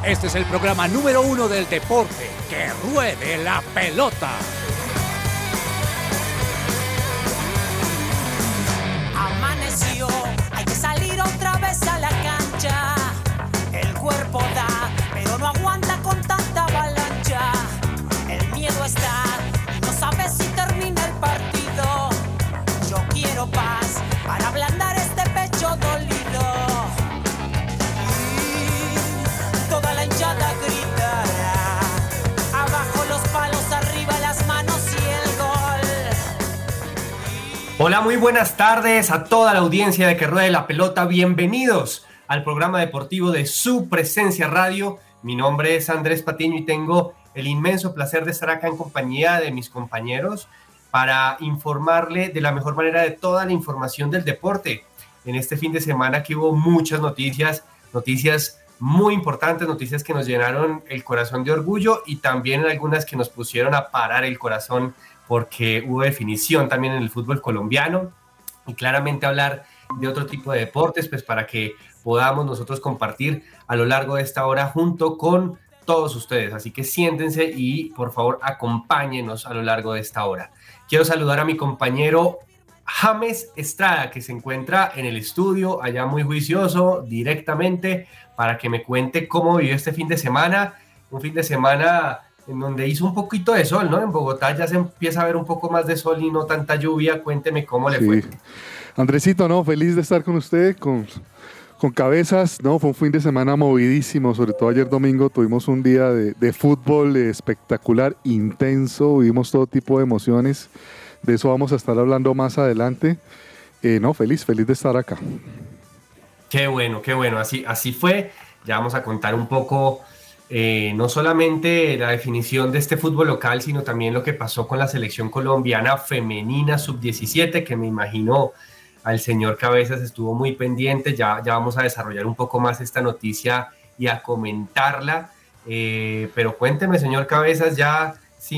Este es el programa número 1 del deporte. ¡Que ruede la pelota! Amaneció, hay que salir otra vez a la cancha. El cuerpo da, pero no aguanta con tanta avalancha. El miedo está, y no sabes si termina el partido. Yo quiero paz para ablandar este pecho dolido. Y toda la hinchada gritará. Abajo los palos, arriba las manos y el gol. Hola, muy buenas tardes a toda la audiencia de Que Ruede la Pelota. Bienvenidos al programa deportivo de Su Presencia Radio. Mi nombre es Andrés Patiño y tengo el inmenso placer de estar acá en compañía de mis compañeros para informarle de la mejor manera de toda la información del deporte. En este fin de semana que hubo muchas noticias muy importantes, noticias que nos llenaron el corazón de orgullo y también algunas que nos pusieron a parar el corazón porque hubo definición también en el fútbol colombiano y claramente hablar de otro tipo de deportes, pues para que podamos nosotros compartir a lo largo de esta hora junto con todos ustedes. Así que siéntense y por favor acompáñenos a lo largo de esta hora. Quiero saludar a mi compañero James Estrada, que se encuentra en el estudio, allá muy juicioso, directamente, para que me cuente cómo vivió este fin de semana. Un fin de semana en donde hizo un poquito de sol, ¿no? En Bogotá ya se empieza a ver un poco más de sol y no tanta lluvia. Cuénteme cómo le fue. Andresito, no, feliz de estar con usted, con Cabezas, ¿no? Fue un fin de semana movidísimo, sobre todo ayer domingo tuvimos un día de fútbol espectacular, intenso, vivimos todo tipo de emociones, de eso vamos a estar hablando más adelante. No, feliz de estar acá. Qué bueno, así fue. Ya vamos a contar un poco, no solamente la definición de este fútbol local, sino también lo que pasó con la selección colombiana femenina sub-17, que me imagino al señor Cabezas estuvo muy pendiente. Ya vamos a desarrollar un poco más esta noticia y a comentarla, pero cuénteme, señor Cabezas, ya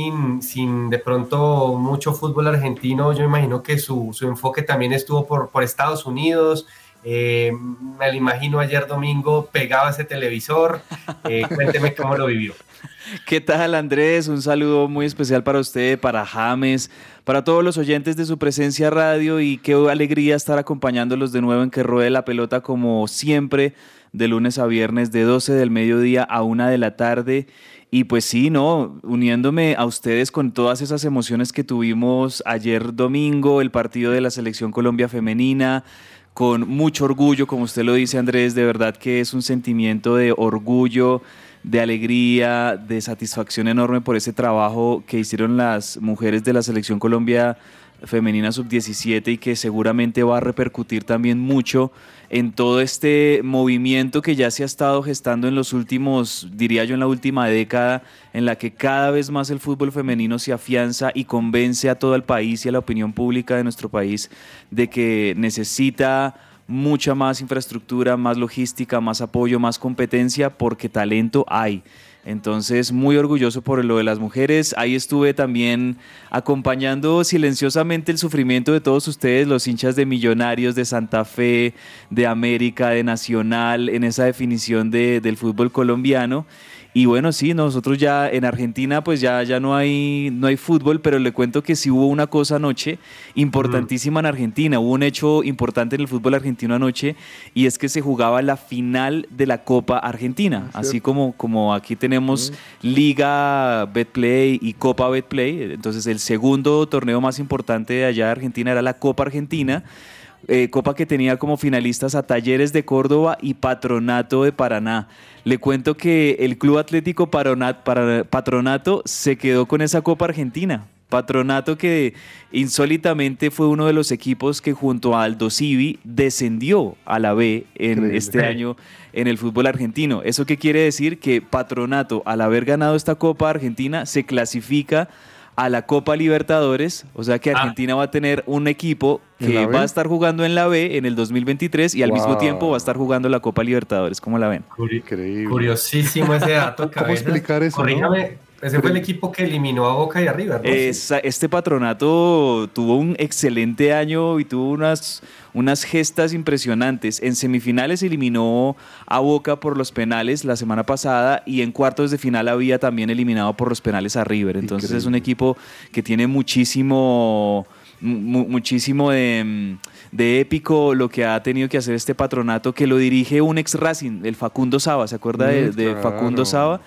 sin de pronto mucho fútbol argentino, yo imagino que su enfoque también estuvo por Estados Unidos. Me lo imagino ayer domingo pegado a ese televisor. Cuénteme cómo lo vivió. ¿Qué tal, Andrés? Un saludo muy especial para usted, para James, para todos los oyentes de Su Presencia Radio, y qué alegría estar acompañándolos de nuevo en Que Ruede la Pelota, como siempre, de lunes a viernes, de 12 del mediodía a 1 de la tarde. Y pues sí, ¿no? Uniéndome a ustedes con todas esas emociones que tuvimos ayer domingo, el partido de la Selección Colombia Femenina, con mucho orgullo, como usted lo dice, Andrés, de verdad que es un sentimiento de orgullo, de alegría, de satisfacción enorme por ese trabajo que hicieron las mujeres de la Selección Colombia Femenina Sub-17 y que seguramente va a repercutir también mucho en todo este movimiento que ya se ha estado gestando en los últimos, diría yo, en la última década, en la que cada vez más el fútbol femenino se afianza y convence a todo el país y a la opinión pública de nuestro país de que necesita mucha más infraestructura, más logística, más apoyo, más competencia, porque talento hay. Entonces, muy orgulloso por lo de las mujeres. Ahí estuve también acompañando silenciosamente el sufrimiento de todos ustedes, los hinchas de Millonarios, de Santa Fe, de América, de Nacional, en esa definición del fútbol colombiano. Y bueno, sí, nosotros ya en Argentina pues ya no hay fútbol, pero le cuento que sí hubo una cosa anoche importantísima en Argentina. Hubo un hecho importante en el fútbol argentino anoche, y es que se jugaba la final de la Copa Argentina. Así como aquí tenemos Liga Betplay y Copa Betplay. Entonces el segundo torneo más importante de allá de Argentina era la Copa Argentina. Copa que tenía como finalistas a Talleres de Córdoba y Patronato de Paraná. Le cuento que el Club Atlético Patronato se quedó con esa Copa Argentina. Patronato, que insólitamente fue uno de los equipos que junto a Aldo Civi descendió a la B este año en el fútbol argentino. ¿Eso qué quiere decir? Que Patronato, al haber ganado esta Copa Argentina, se clasifica a la Copa Libertadores, o sea que Argentina va a tener un equipo que va a estar jugando en la B en el 2023 y al mismo tiempo va a estar jugando la Copa Libertadores. ¿Cómo la ven? Increíble. Curiosísimo ese dato. ¿Cómo explicar eso? Corríjame, ¿no? Ese fue el equipo que eliminó a Boca y a River, ¿no? Este Patronato tuvo un excelente año y tuvo unas gestas impresionantes. En semifinales eliminó a Boca por los penales la semana pasada y en cuartos de final había también eliminado por los penales a River. Entonces es un equipo que tiene muchísimo de épico lo que ha tenido que hacer este patronato, que lo dirige un ex Racing, el Facundo Saba. ¿Se acuerda de Claro. Facundo Saba?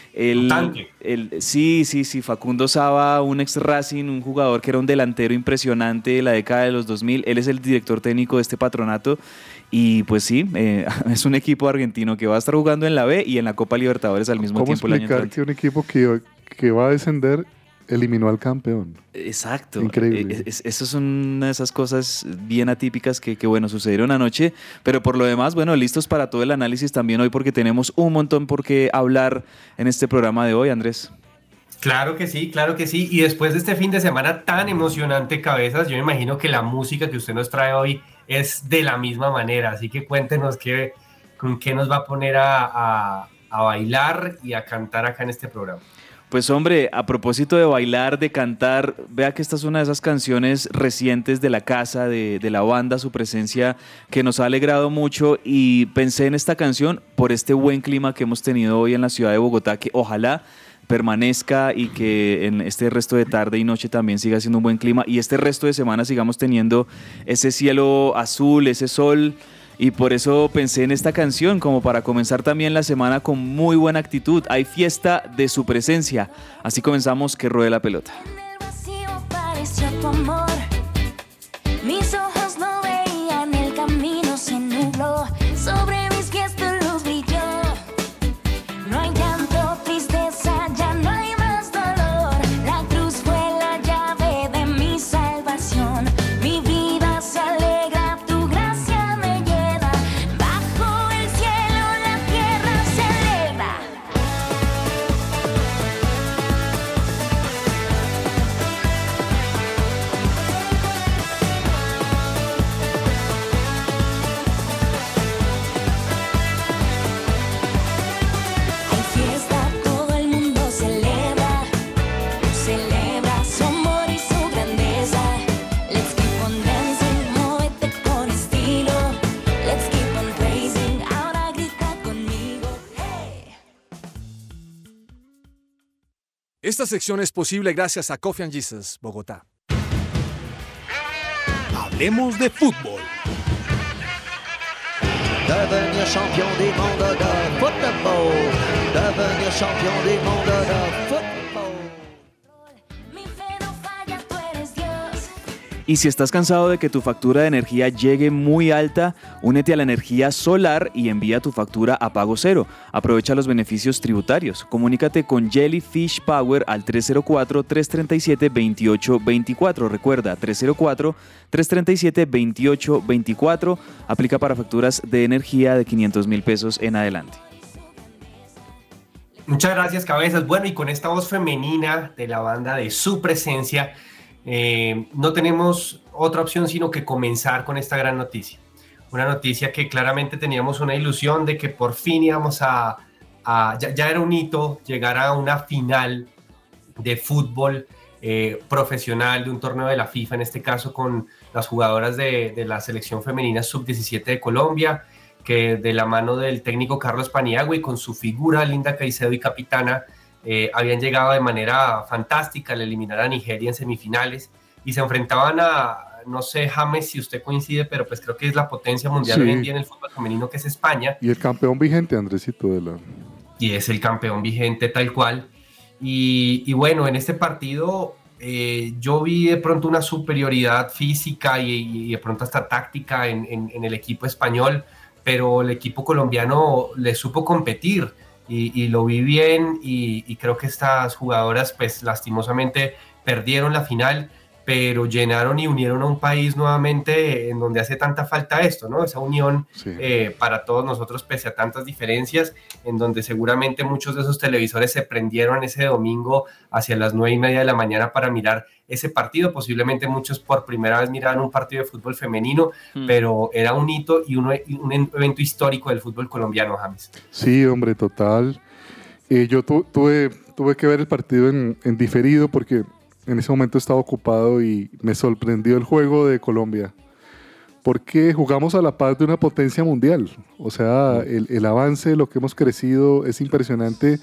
Sí, Facundo Saba, un ex Racing, un jugador que era un delantero impresionante de la década de los 2000. Él es el director técnico de este patronato. Y pues sí, es un equipo argentino que va a estar jugando en la B y en la Copa Libertadores al mismo tiempo el año ¿Cómo explicar entrante. que un equipo que va a descender eliminó al campeón? Exacto. Increíble. Eso son una de esas cosas bien atípicas que bueno, sucedieron anoche, pero por lo demás, bueno, listos para todo el análisis también hoy porque tenemos un montón por qué hablar en este programa de hoy, Andrés. Claro que sí, claro que sí. Y después de este fin de semana tan emocionante, Cabezas, yo me imagino que la música que usted nos trae hoy es de la misma manera. Así que cuéntenos con qué nos va a poner a bailar y a cantar acá en este programa. Pues hombre, a propósito de bailar, de cantar, vea que esta es una de esas canciones recientes de la casa, de la banda, su presencia, que nos ha alegrado mucho, y pensé en esta canción por este buen clima que hemos tenido hoy en la ciudad de Bogotá, que ojalá permanezca y que en este resto de tarde y noche también siga siendo un buen clima y este resto de semana sigamos teniendo ese cielo azul, ese sol. Y por eso pensé en esta canción, como para comenzar también la semana con muy buena actitud. Hay fiesta de su presencia. Así comenzamos Que Ruede la Pelota. En el vacío apareció tu amor. Mis ojos no veían, el camino se nubló. Sobre mis pies tu luz brilló. No hay llanto, tristeza, ya no hay más dolor. La cruz fue la llave de mi salvación. Mi vida se alegra, tu gracia me llena. Bajo el cielo la tierra celebra. Hay fiesta, todo el mundo celebra. Celebra su amor y su grandeza. Let's keep on dancing, móvete con estilo. Let's keep on praising, ahora grita conmigo. Hey. Esta sección es posible gracias a Coffee & Jesus, Bogotá. Hablemos de fútbol. Devenir champion du monde de football. Devenir champion du monde de football. Mi fe no falla, tú eres Dios. Y si estás cansado de que tu factura de energía llegue muy alta, únete a la energía solar y envía tu factura a pago cero. Aprovecha los beneficios tributarios. Comunícate con Jellyfish Power al 304-337-2824. Recuerda, 304-337-2824. Aplica para facturas de energía de 500.000 pesos en adelante. Muchas gracias, Cabezas. Bueno, y con esta voz femenina de la banda de su presencia, no tenemos otra opción sino que comenzar con esta gran noticia. Una noticia que claramente teníamos una ilusión de que por fin íbamos ya era un hito llegar a una final de fútbol profesional de un torneo de la FIFA, en este caso con las jugadoras de la selección femenina sub-17 de Colombia, que de la mano del técnico Carlos Paniagua y con su figura Linda Caicedo y capitana, habían llegado de manera fantástica al eliminar a Nigeria en semifinales y se enfrentaban no sé, James, si usted coincide, pero pues creo que es la potencia mundial hoy en día en el fútbol femenino, que es España. Y el campeón vigente, Andresito, Y es el campeón vigente tal cual. Y bueno, en este partido yo vi de pronto una superioridad física y de pronto hasta táctica en el equipo español, pero el equipo colombiano le supo competir y lo vi bien y creo que estas jugadoras pues lastimosamente perdieron la final, pero llenaron y unieron a un país nuevamente en donde hace tanta falta esto, ¿no? Esa unión Sí. para todos nosotros pese a tantas diferencias, en donde seguramente muchos de esos televisores se prendieron ese domingo hacia las 9:30 de la mañana para mirar ese partido. Posiblemente muchos por primera vez miraban un partido de fútbol femenino, pero era un hito y un evento histórico del fútbol colombiano, James. Sí, hombre, total. Yo tuve que ver el partido en diferido porque en ese momento estaba ocupado y me sorprendió el juego de Colombia. porque jugamos a la par de una potencia mundial. O sea, el avance de lo que hemos crecido es impresionante.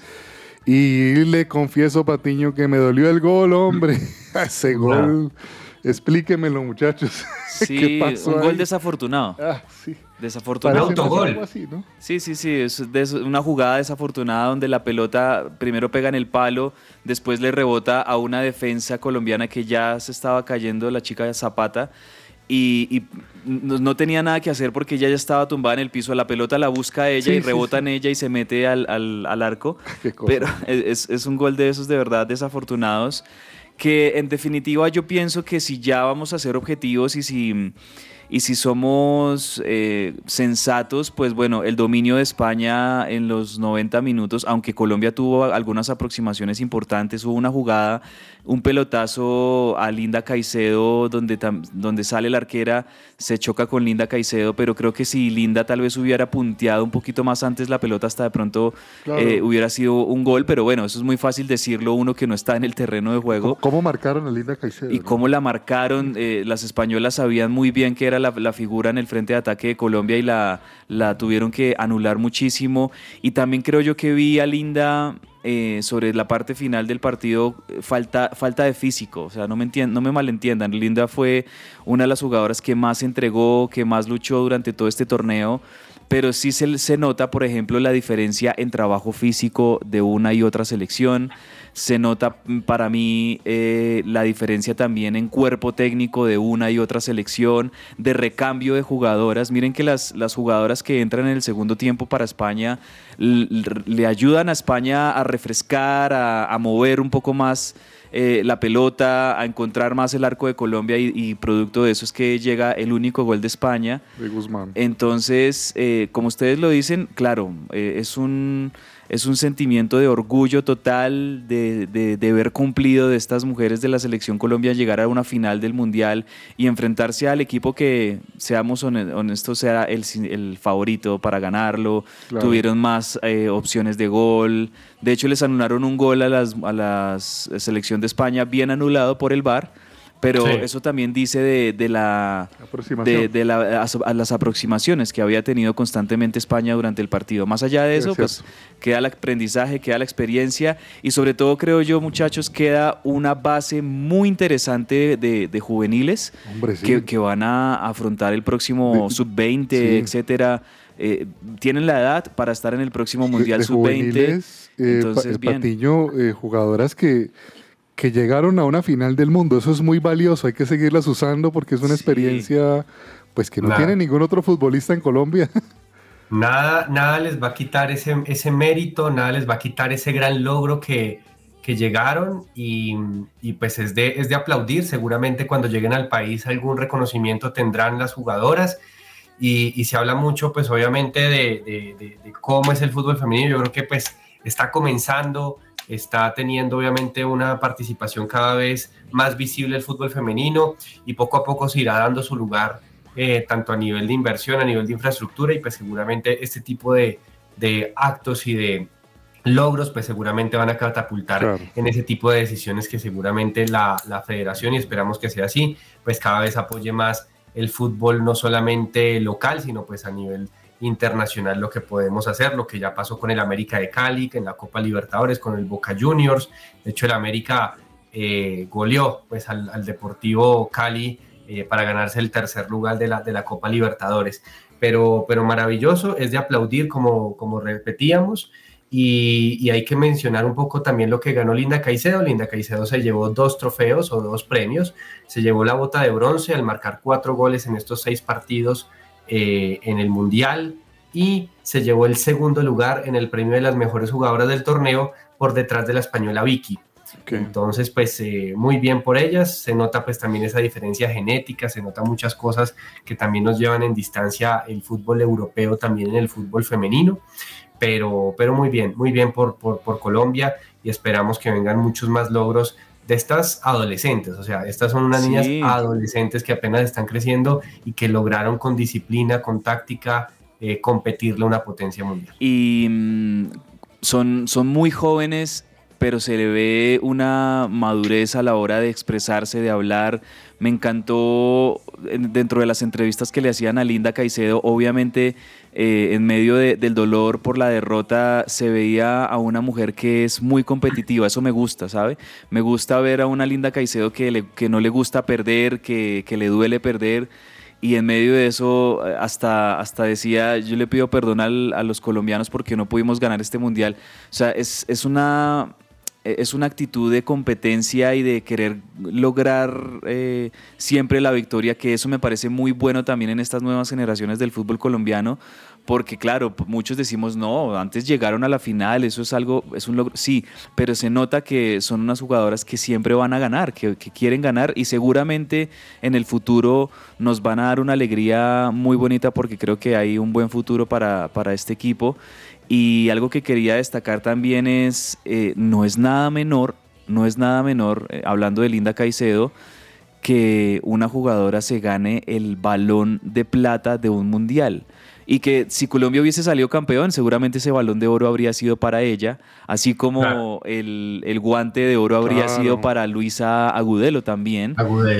Y le confieso, Patiño, que me dolió el gol, hombre. Ese gol, explíquemelo, muchachos. Sí, ¿Qué pasó un ahí? gol desafortunado. Sí. Desafortunado. Un autogol. Algo así, ¿no? Sí, es una jugada desafortunada donde la pelota primero pega en el palo, después le rebota a una defensa colombiana que ya se estaba cayendo, la chica de Zapata, y no tenía nada que hacer porque ella ya estaba tumbada en el piso, la pelota la busca ella y rebota en ella y se mete al arco. Qué cosa. Pero es un gol de esos de verdad desafortunados, que en definitiva yo pienso que si ya vamos a ser objetivos y si somos sensatos, pues bueno, el dominio de España en los 90 minutos, aunque Colombia tuvo algunas aproximaciones importantes, hubo una jugada, un pelotazo a Linda Caicedo donde sale la arquera, se choca con Linda Caicedo, pero creo que si Linda tal vez hubiera punteado un poquito más antes la pelota, hasta de pronto hubiera sido un gol, pero bueno, eso es muy fácil decirlo uno que no está en el terreno de juego. ¿Cómo marcaron a Linda Caicedo? Y cómo la marcaron, las españolas sabían muy bien que era la figura en el frente de ataque de Colombia y la tuvieron que anular muchísimo. Y también creo yo que vi a Linda sobre la parte final del partido, falta de físico, o sea, no me malentiendan, Linda fue una de las jugadoras que más se entregó, que más luchó durante todo este torneo, pero sí se nota, por ejemplo, la diferencia en trabajo físico de una y otra selección. Se nota para mí la diferencia también en cuerpo técnico de una y otra selección, de recambio de jugadoras. Miren que las jugadoras que entran en el segundo tiempo para España le ayudan a España a refrescar, a mover un poco más la pelota, a encontrar más el arco de Colombia y producto de eso es que llega el único gol de España. De Guzmán. Entonces, como ustedes lo dicen, claro, es un sentimiento de orgullo total de ver cumplido de estas mujeres de la selección Colombia llegar a una final del Mundial y enfrentarse al equipo que, seamos honestos, era el favorito para ganarlo. Claro. Tuvieron más opciones de gol. De hecho, les anularon un gol a la selección de España, bien anulado por el VAR. Pero eso también dice de las aproximaciones que había tenido constantemente España durante el partido. Más allá de eso, pues queda el aprendizaje, queda la experiencia y sobre todo creo yo, muchachos, queda una base muy interesante de juveniles. Hombre, sí. que van a afrontar el próximo sub-20, etcétera. Tienen la edad para estar en el próximo Mundial sub-20. Entonces, bien. Patiño, jugadoras que llegaron a una final del mundo, eso es muy valioso, hay que seguirlas usando porque es una experiencia pues que no tiene ningún otro futbolista en Colombia. Nada les va a quitar ese mérito, nada les va a quitar ese gran logro que llegaron y pues es de aplaudir. Seguramente cuando lleguen al país algún reconocimiento tendrán las jugadoras y se habla mucho pues obviamente de cómo es el fútbol femenino. Yo creo que pues está comenzando, está teniendo obviamente una participación cada vez más visible el fútbol femenino y poco a poco se irá dando su lugar tanto a nivel de inversión, a nivel de infraestructura y pues seguramente este tipo de actos y de logros pues seguramente van a catapultar en ese tipo de decisiones que seguramente la federación, y esperamos que sea así, pues cada vez apoye más el fútbol no solamente local sino pues a nivel internacional, lo que podemos hacer, lo que ya pasó con el América de Cali, en la Copa Libertadores, con el Boca Juniors. De hecho, el América goleó pues, al Deportivo Cali para ganarse el tercer lugar de la Copa Libertadores. Pero maravilloso, es de aplaudir como repetíamos, y hay que mencionar un poco también lo que ganó Linda Caicedo. Linda Caicedo se llevó 2 trofeos o 2 premios, se llevó la bota de bronce al marcar 4 goles en estos 6 partidos en el Mundial y se llevó el segundo lugar en el premio de las mejores jugadoras del torneo por detrás de la española Vicky. Entonces pues muy bien por ellas. Se nota pues también esa diferencia genética, se nota muchas cosas que también nos llevan en distancia el fútbol europeo también en el fútbol femenino, pero muy bien por Colombia y esperamos que vengan muchos más logros de estas adolescentes. O sea, estas son unas niñas adolescentes que apenas están creciendo y que lograron con disciplina, con táctica, competirle a una potencia mundial. Y son muy jóvenes, pero se le ve una madurez a la hora de expresarse, de hablar. Me encantó dentro de las entrevistas que le hacían a Linda Caicedo, obviamente en medio del dolor por la derrota se veía a una mujer que es muy competitiva, eso me gusta, ¿sabe? Me gusta ver a una Linda Caicedo que no le gusta perder, que le duele perder. Y en medio de eso hasta decía, yo le pido perdón a los colombianos porque no pudimos ganar este mundial. O sea, es una actitud de competencia y de querer lograr siempre la victoria, que eso me parece muy bueno también en estas nuevas generaciones del fútbol colombiano, porque claro, muchos decimos, no, antes llegaron a la final, es un logro, sí, pero se nota que son unas jugadoras que siempre van a ganar, que quieren ganar, y seguramente en el futuro nos van a dar una alegría muy bonita, porque creo que hay un buen futuro para este equipo. Y algo que quería destacar también es, no es nada menor, hablando de Linda Caicedo, que una jugadora se gane el Balón de Plata de un mundial. Y que si Colombia hubiese salido campeón, seguramente ese Balón de Oro habría sido para ella, así como claro, el Guante de Oro habría sido para Luisa Agudelo también.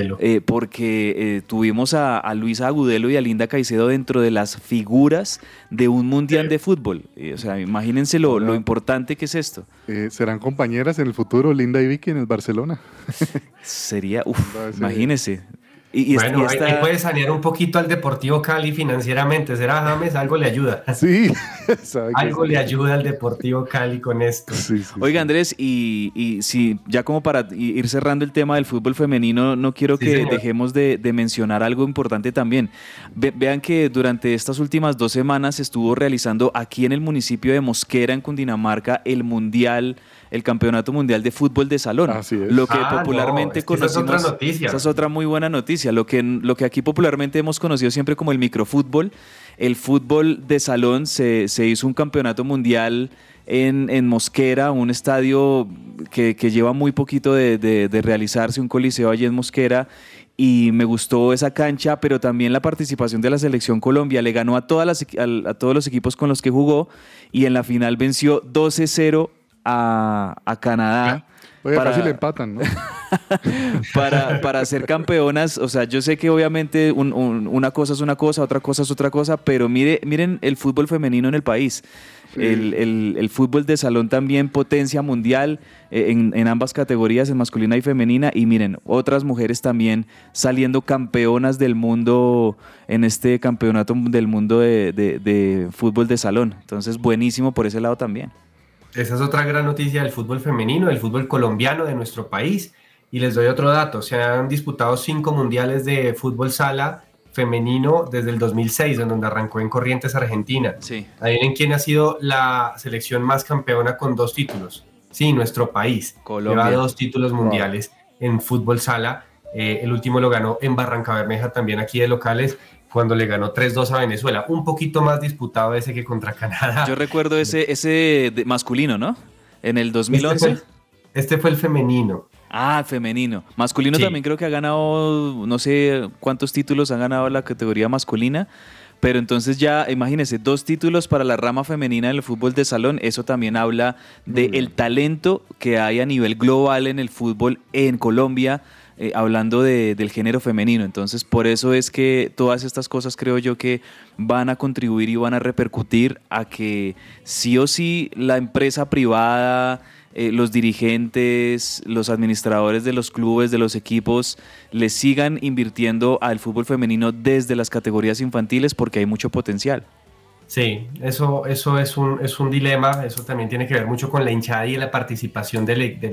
Porque tuvimos a Luisa Agudelo y a Linda Caicedo dentro de las figuras de un mundial de fútbol. O sea, imagínense lo importante que es esto. ¿Serán compañeras en el futuro, Linda y Vicky, en el Barcelona? Sería, imagínense. Bueno, ahí puede sanear un poquito al Deportivo Cali financieramente. ¿Será, James? Algo le ayuda. Sí. Algo le ayuda al Deportivo Cali con esto. Sí, Oiga, Andrés, y si ya como para ir cerrando el tema del fútbol femenino, no quiero que dejemos de mencionar algo importante también. Vean que durante estas últimas 2 semanas se estuvo realizando aquí en el municipio de Mosquera, en Cundinamarca, el Campeonato Mundial de Fútbol de Salón. Así es. Lo que popularmente conocimos. Esa es otra noticia. Esa es otra muy buena noticia. Lo que aquí popularmente hemos conocido siempre como el microfútbol, el fútbol de salón, se hizo un campeonato mundial en Mosquera, un estadio que lleva muy poquito de realizarse, un coliseo allí en Mosquera. Y me gustó esa cancha, pero también la participación de la Selección Colombia. Le ganó a todos los equipos con los que jugó, y en la final venció 12-0 a Canadá. Oye, casi le empatan, ¿no? para ser campeonas. O sea, yo sé que obviamente una cosa es una cosa, otra cosa es otra cosa, pero miren el fútbol femenino en el país. Sí. El fútbol de salón también potencia mundial en ambas categorías, en masculina y femenina, y miren, otras mujeres también saliendo campeonas del mundo en este campeonato del mundo de fútbol de salón. Entonces, buenísimo por ese lado también. Esa es otra gran noticia del fútbol femenino, del fútbol colombiano de nuestro país. Y les doy otro dato: se han disputado 5 mundiales de fútbol sala femenino desde el 2006, en donde arrancó en Corrientes, Argentina. Sí. Adivinen quién ha sido la selección más campeona con 2 títulos. Sí, nuestro país. Colombia. Lleva 2 títulos mundiales en fútbol sala. El último lo ganó en Barrancabermeja, también aquí de locales, cuando le ganó 3-2 a Venezuela. Un poquito más disputado ese que contra Canadá. Yo recuerdo ese masculino, ¿no? En el 2011. Este fue el femenino. Ah, femenino. Masculino sí. También creo que ha ganado, no sé cuántos títulos ha ganado la categoría masculina, pero entonces ya, imagínense, 2 títulos para la rama femenina del fútbol de salón. Eso también habla del talento que hay a nivel global en el fútbol en Colombia, hablando del género femenino. Entonces, por eso es que todas estas cosas creo yo que van a contribuir y van a repercutir a que sí o sí la empresa privada, los dirigentes, los administradores de los clubes, de los equipos, les sigan invirtiendo al fútbol femenino desde las categorías infantiles, porque hay mucho potencial. Sí, eso es un dilema. Eso también tiene que ver mucho con la hinchada y la participación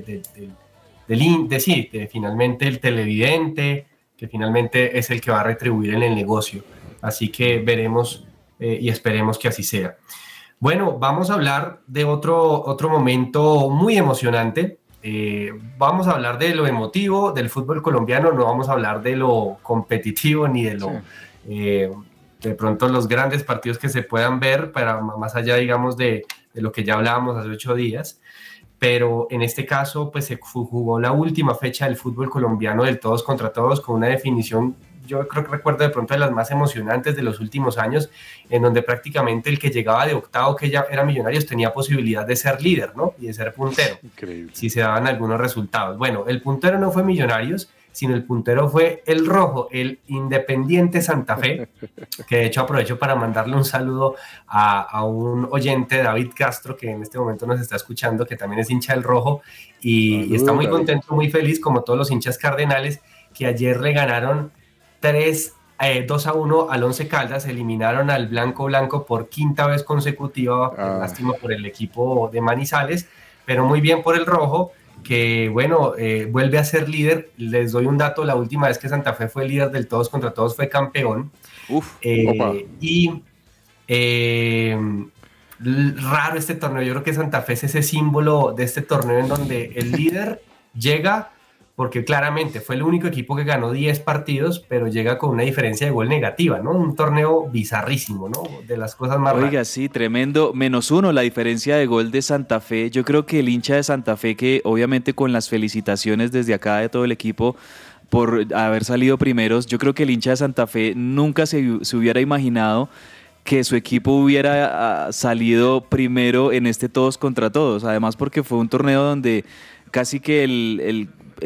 finalmente el televidente, que finalmente es el que va a retribuir en el negocio. Así que veremos y esperemos que así sea. Bueno, vamos a hablar de otro momento muy emocionante. Vamos a hablar de lo emotivo del fútbol colombiano, no vamos a hablar de lo competitivo ni de lo de pronto los grandes partidos que se puedan ver, para más allá, digamos, de lo que ya hablábamos hace 8 días. Pero en este caso, pues se jugó la última fecha del fútbol colombiano del todos contra todos, con una definición, yo creo que recuerdo de pronto de las más emocionantes de los últimos años, en donde prácticamente el que llegaba de octavo, que ya era Millonarios, tenía posibilidad de ser líder, ¿no? Y de ser puntero. Increíble. Si se daban algunos resultados. Bueno, el puntero no fue Millonarios, sino el puntero fue el rojo, el Independiente Santa Fe, que de hecho aprovecho para mandarle un saludo a un oyente, David Castro, que en este momento nos está escuchando, que también es hincha del rojo, y está muy contento, muy feliz, como todos los hinchas cardenales, que ayer le ganaron 2-1 al Once Caldas, eliminaron al Blanco por quinta vez consecutiva, lástima por el equipo de Manizales, pero muy bien por el rojo, que bueno, vuelve a ser líder. Les doy un dato: la última vez que Santa Fe fue líder del todos contra todos fue campeón. Raro este torneo. Yo creo que Santa Fe es ese símbolo de este torneo en donde el líder llega, porque claramente fue el único equipo que ganó 10 partidos, pero llega con una diferencia de gol negativa, ¿no? Un torneo bizarrísimo, ¿no? De las cosas más raras. Oiga, sí, tremendo. -1 la diferencia de gol de Santa Fe. Yo creo que el hincha de Santa Fe, que obviamente con las felicitaciones desde acá de todo el equipo por haber salido primeros, yo creo que el hincha de Santa Fe nunca se hubiera imaginado que su equipo hubiera salido primero en este todos contra todos. Además, porque fue un torneo donde casi que el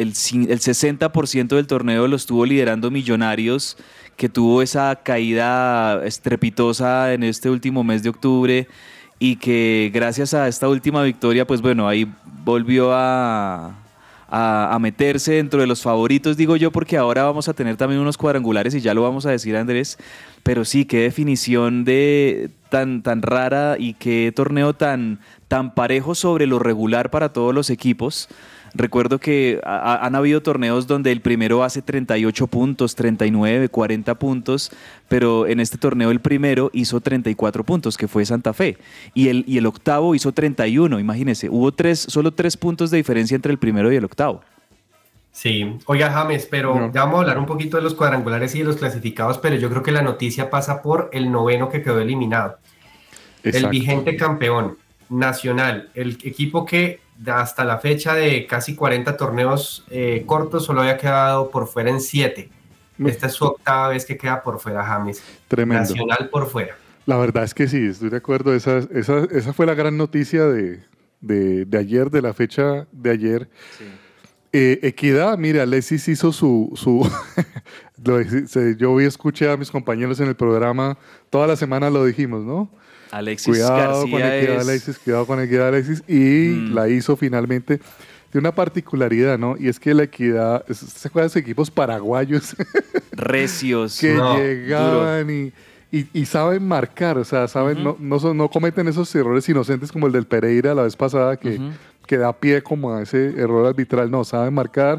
60% del torneo lo estuvo liderando Millonarios, que tuvo esa caída estrepitosa en este último mes de octubre, y que gracias a esta última victoria, pues bueno, ahí volvió a meterse dentro de los favoritos, digo yo, porque ahora vamos a tener también unos cuadrangulares y ya lo vamos a decir, Andrés, pero sí, qué definición tan rara y qué torneo tan parejo sobre lo regular para todos los equipos. Recuerdo que han habido torneos donde el primero hace 38 puntos, 39, 40 puntos, pero en este torneo el primero hizo 34 puntos, que fue Santa Fe, y el octavo hizo 31, imagínense, hubo solo 3 puntos de diferencia entre el primero y el octavo. Sí, oiga James, pero ya vamos a hablar un poquito de los cuadrangulares y de los clasificados, pero yo creo que la noticia pasa por el noveno que quedó eliminado. Exacto. El vigente campeón nacional, el equipo que hasta la fecha de casi 40 torneos cortos solo había quedado por fuera en 7. Esta es su octava vez que queda por fuera, James. Tremendo. Nacional por fuera. La verdad es que sí, estoy de acuerdo. Esa fue la gran noticia de ayer, de la fecha de ayer. Sí. Equidad, mira, Alexis hizo su yo escuché a mis compañeros en el programa, toda la semana lo dijimos, ¿no? Alexis cuidado García con Equidad, Alexis, cuidado con Equidad, Alexis, y la hizo finalmente. Tiene una particularidad, ¿no? Y es que la Equidad, ¿se acuerdan de esos equipos paraguayos? Recios. Que llegaban y saben marcar, o sea, saben, no cometen esos errores inocentes como el del Pereira la vez pasada, que da pie como a ese error arbitral. No, saben marcar.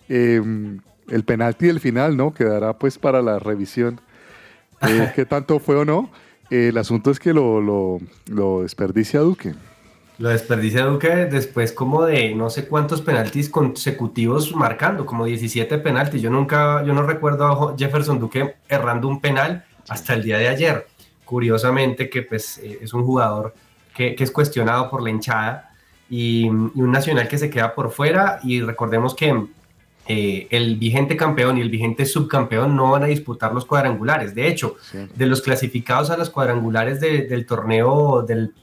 El penalti del final, ¿no? Quedará pues para la revisión. ¿Qué tanto fue o no? El asunto es que lo desperdicia Duque. Lo desperdicia Duque después como de no sé cuántos penaltis consecutivos marcando, como 17 penaltis. Yo no recuerdo a Jefferson Duque errando un penal hasta el día de ayer. Curiosamente que pues es un jugador que es cuestionado por la hinchada y un Nacional que se queda por fuera, y recordemos que el vigente campeón y el vigente subcampeón no van a disputar los cuadrangulares. De hecho, de los clasificados a los cuadrangulares del torneo del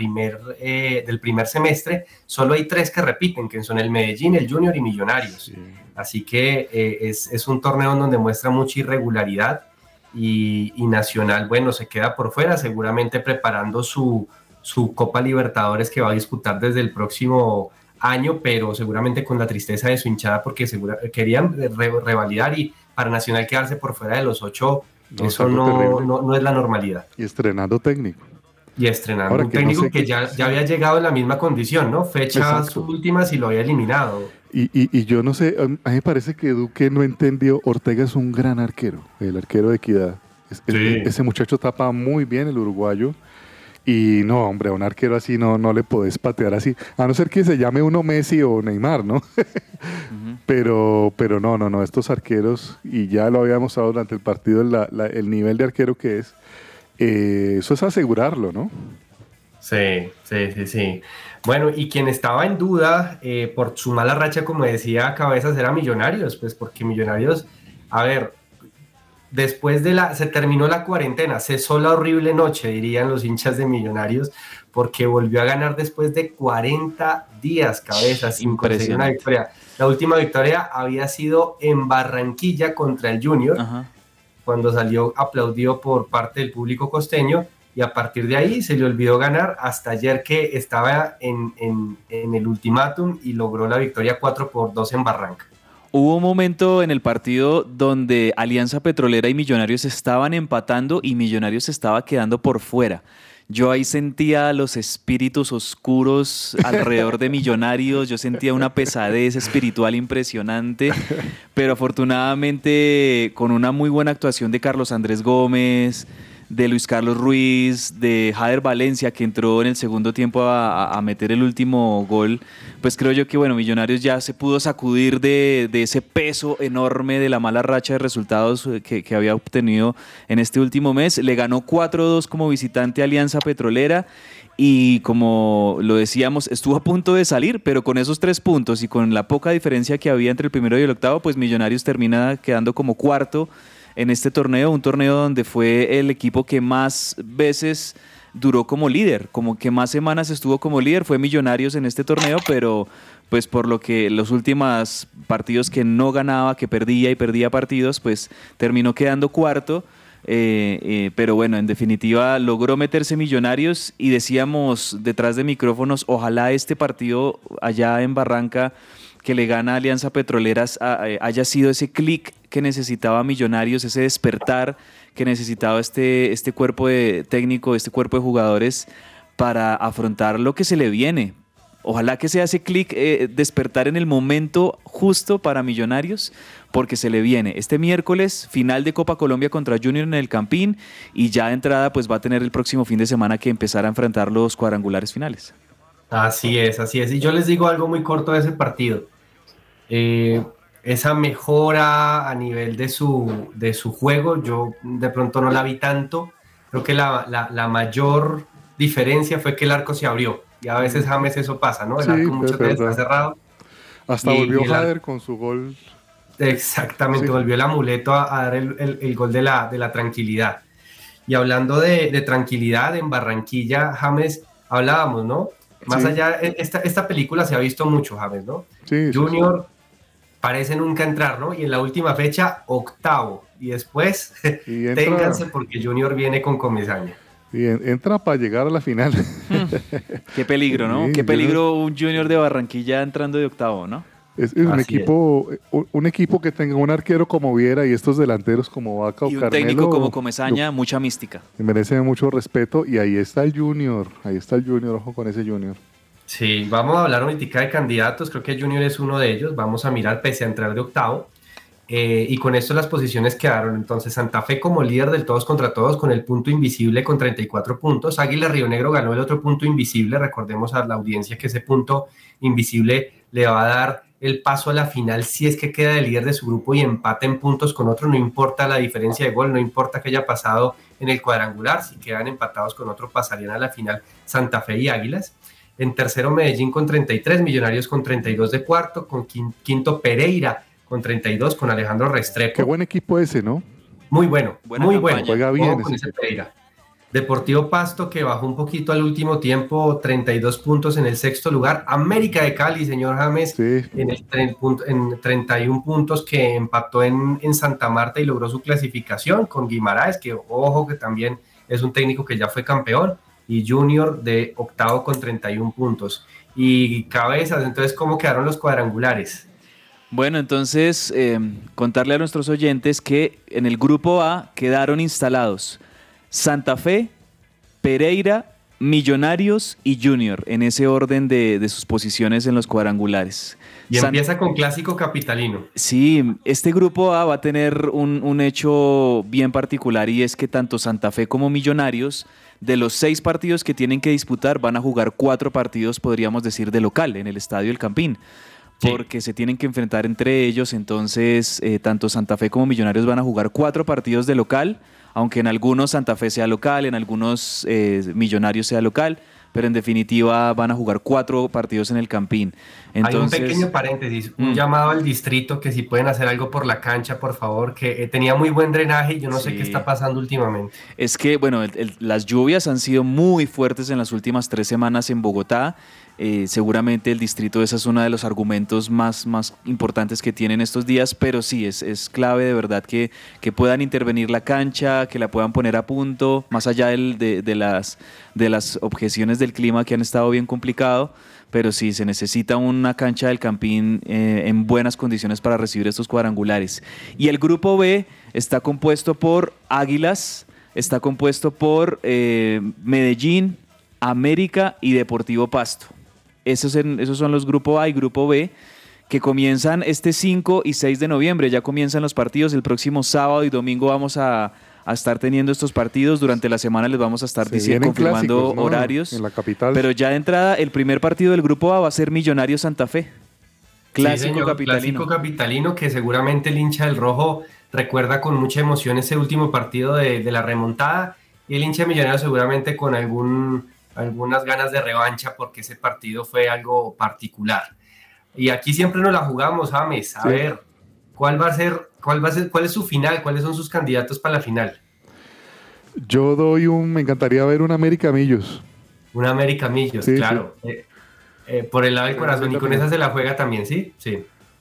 primer semestre, solo hay 3 que repiten, que son el Medellín, el Junior y Millonarios. Sí. Así que es un torneo en donde muestra mucha irregularidad, y Nacional, bueno, se queda por fuera, seguramente preparando su Copa Libertadores, que va a disputar desde el próximo año, pero seguramente con la tristeza de su hinchada, porque querían revalidar, y para Nacional quedarse por fuera de los 8, eso no es la normalidad. Y estrenando técnico. Ahora, un técnico que ya había llegado en la misma condición, ¿no? Fechas últimas y lo había eliminado. Y yo no sé, a mí me parece que Duque no entendió. Ortega es un gran arquero, el arquero de Equidad. Ese muchacho tapa muy bien, el uruguayo. Y no, hombre, a un arquero así no le podés patear así, a no ser que se llame uno Messi o Neymar, ¿no? Pero no, estos arqueros, y ya lo habíamos mostrado durante el partido, el nivel de arquero que es, eso es asegurarlo, ¿no? Sí. Bueno, y quien estaba en duda por su mala racha, como decía Cabezas, era Millonarios, pues porque Millonarios, a ver, se terminó la cuarentena, cesó la horrible noche, dirían los hinchas de Millonarios, porque volvió a ganar después de 40 días, Cabezas, sin conseguir una victoria. La última victoria había sido en Barranquilla contra el Junior, cuando salió aplaudido por parte del público costeño, y a partir de ahí se le olvidó ganar hasta ayer, que estaba en el ultimátum y logró la victoria 4-2 en Barranca. Hubo un momento en el partido donde Alianza Petrolera y Millonarios estaban empatando y Millonarios se estaba quedando por fuera. Yo ahí sentía los espíritus oscuros alrededor de Millonarios, yo sentía una pesadez espiritual impresionante, pero afortunadamente con una muy buena actuación de Carlos Andrés Gómez, de Luis Carlos Ruiz, de Jader Valencia, que entró en el segundo tiempo a meter el último gol, pues creo yo que bueno, Millonarios ya se pudo sacudir de ese peso enorme de la mala racha de resultados que había obtenido en este último mes. Le ganó 4-2 como visitante a Alianza Petrolera y, como lo decíamos, estuvo a punto de salir, pero con esos 3 puntos y con la poca diferencia que había entre el primero y el octavo, pues Millonarios termina quedando como cuarto en este torneo, un torneo donde fue el equipo que más veces duró como líder, como que más semanas estuvo como líder, fue Millonarios en este torneo, pero pues por lo que los últimos partidos que no ganaba, que perdía y perdía partidos, pues terminó quedando cuarto, pero bueno, en definitiva logró meterse Millonarios y decíamos detrás de micrófonos, ojalá este partido allá en Barranca que le gana a Alianza Petroleras haya sido ese clic que necesitaba Millonarios, ese despertar que necesitaba este cuerpo de técnico, este cuerpo de jugadores para afrontar lo que se le viene. Ojalá que sea ese clic, despertar en el momento justo para Millonarios, porque se le viene este miércoles final de Copa Colombia contra Junior en el Campín y ya de entrada pues va a tener el próximo fin de semana que empezar a enfrentar los cuadrangulares finales. Así es. Y yo les digo algo muy corto de ese partido. Esa mejora a nivel de su juego, yo de pronto no la vi tanto. Creo que la mayor diferencia fue que el arco se abrió. Y a veces James eso pasa, ¿no? El arco muchas veces está cerrado. Hasta volvió Jader con su gol. Exactamente, volvió el amuleto a dar el gol de la tranquilidad. Y hablando de tranquilidad, en Barranquilla, James, hablábamos, ¿no? Más allá, esta película se ha visto mucho, James, ¿no? Junior parece nunca entrar, ¿no? Y en la última fecha, octavo. Y después, ténganse porque Junior viene con Comesaña. Y entra para llegar a la final. Qué peligro, ¿no? Qué peligro un Junior de Barranquilla entrando de octavo, ¿no? Es un equipo que tenga un arquero como Viera y estos delanteros como Vaca o Carmelo. Y un técnico como Comesaña, mucha mística. Merece mucho respeto y ahí está el Junior, ojo con ese Junior. Sí, vamos a hablar ahorita de candidatos, creo que Junior es uno de ellos, vamos a mirar pese a entrar de octavo. Y con esto las posiciones quedaron entonces Santa Fe como líder del todos contra todos con el punto invisible con 34 puntos, Águila Río Negro ganó el otro punto invisible, recordemos a la audiencia que ese punto invisible le va a dar el paso a la final si es que queda de líder de su grupo y empata en puntos con otro, no importa la diferencia de gol, no importa que haya pasado en el cuadrangular, si quedan empatados con otro pasarían a la final Santa Fe y Águilas. En tercero Medellín con 33, Millonarios con 32 de cuarto, con quinto Pereira con 32, con Alejandro Restrepo. Qué buen equipo ese, ¿no? Muy bueno, muy bueno. Juega bien ese Pereira. Deportivo Pasto, que bajó un poquito al último tiempo, 32 puntos en el sexto lugar. América de Cali, señor James, en 31 puntos, que empató en Santa Marta y logró su clasificación con Guimaraes, que ojo que también es un técnico que ya fue campeón, y Junior de octavo con 31 puntos. Y Cabezas, entonces, ¿cómo quedaron los cuadrangulares? Bueno, entonces, contarle a nuestros oyentes que en el grupo A quedaron instalados Santa Fe, Pereira, Millonarios y Junior, en ese orden de sus posiciones en los cuadrangulares. Y empieza con clásico capitalino. Sí, este grupo A va a tener un hecho bien particular y es que tanto Santa Fe como Millonarios, de los 6 partidos que tienen que disputar, van a jugar 4 partidos, podríamos decir, de local en el Estadio El Campín. Porque se tienen que enfrentar entre ellos, entonces tanto Santa Fe como Millonarios van a jugar 4 partidos de local, aunque en algunos Santa Fe sea local, en algunos Millonarios sea local, pero en definitiva van a jugar 4 partidos en el Campín. Entonces, hay un pequeño paréntesis, un llamado al distrito que si pueden hacer algo por la cancha, por favor, que tenía muy buen drenaje y yo no sé qué está pasando últimamente. Es que, bueno, las lluvias han sido muy fuertes en las últimas 3 semanas en Bogotá. Seguramente el distrito, ese es uno de los argumentos más importantes que tienen estos días, pero sí, es clave de verdad que puedan intervenir la cancha, que la puedan poner a punto, más allá de las objeciones del clima que han estado bien complicado, pero sí, se necesita una cancha del Campín en buenas condiciones para recibir estos cuadrangulares. Y el grupo B está compuesto por Águilas, está compuesto por Medellín, América y Deportivo Pasto. Esos son los grupo A y grupo B, que comienzan este 5 y 6 de noviembre. Ya comienzan los partidos. El próximo sábado y domingo vamos a estar teniendo estos partidos. Durante la semana les vamos a estar confirmando clásicos, ¿no? Horarios. En la capital. Pero ya de entrada, el primer partido del grupo A va a ser Millonarios Santa Fe. Clásico, señor, capitalino. Clásico capitalino, que seguramente el hincha del rojo recuerda con mucha emoción ese último partido de la remontada. Y el hincha de Millonarios seguramente con algunas ganas de revancha, porque ese partido fue algo particular. Y aquí siempre nos la jugamos, James. A ver, ¿cuál es su final? ¿Cuáles son sus candidatos para la final? Yo me encantaría ver un América Millos. Un América Millos, sí, claro. Sí. Por el lado del corazón, y con esa se la juega también, ¿sí? Sí.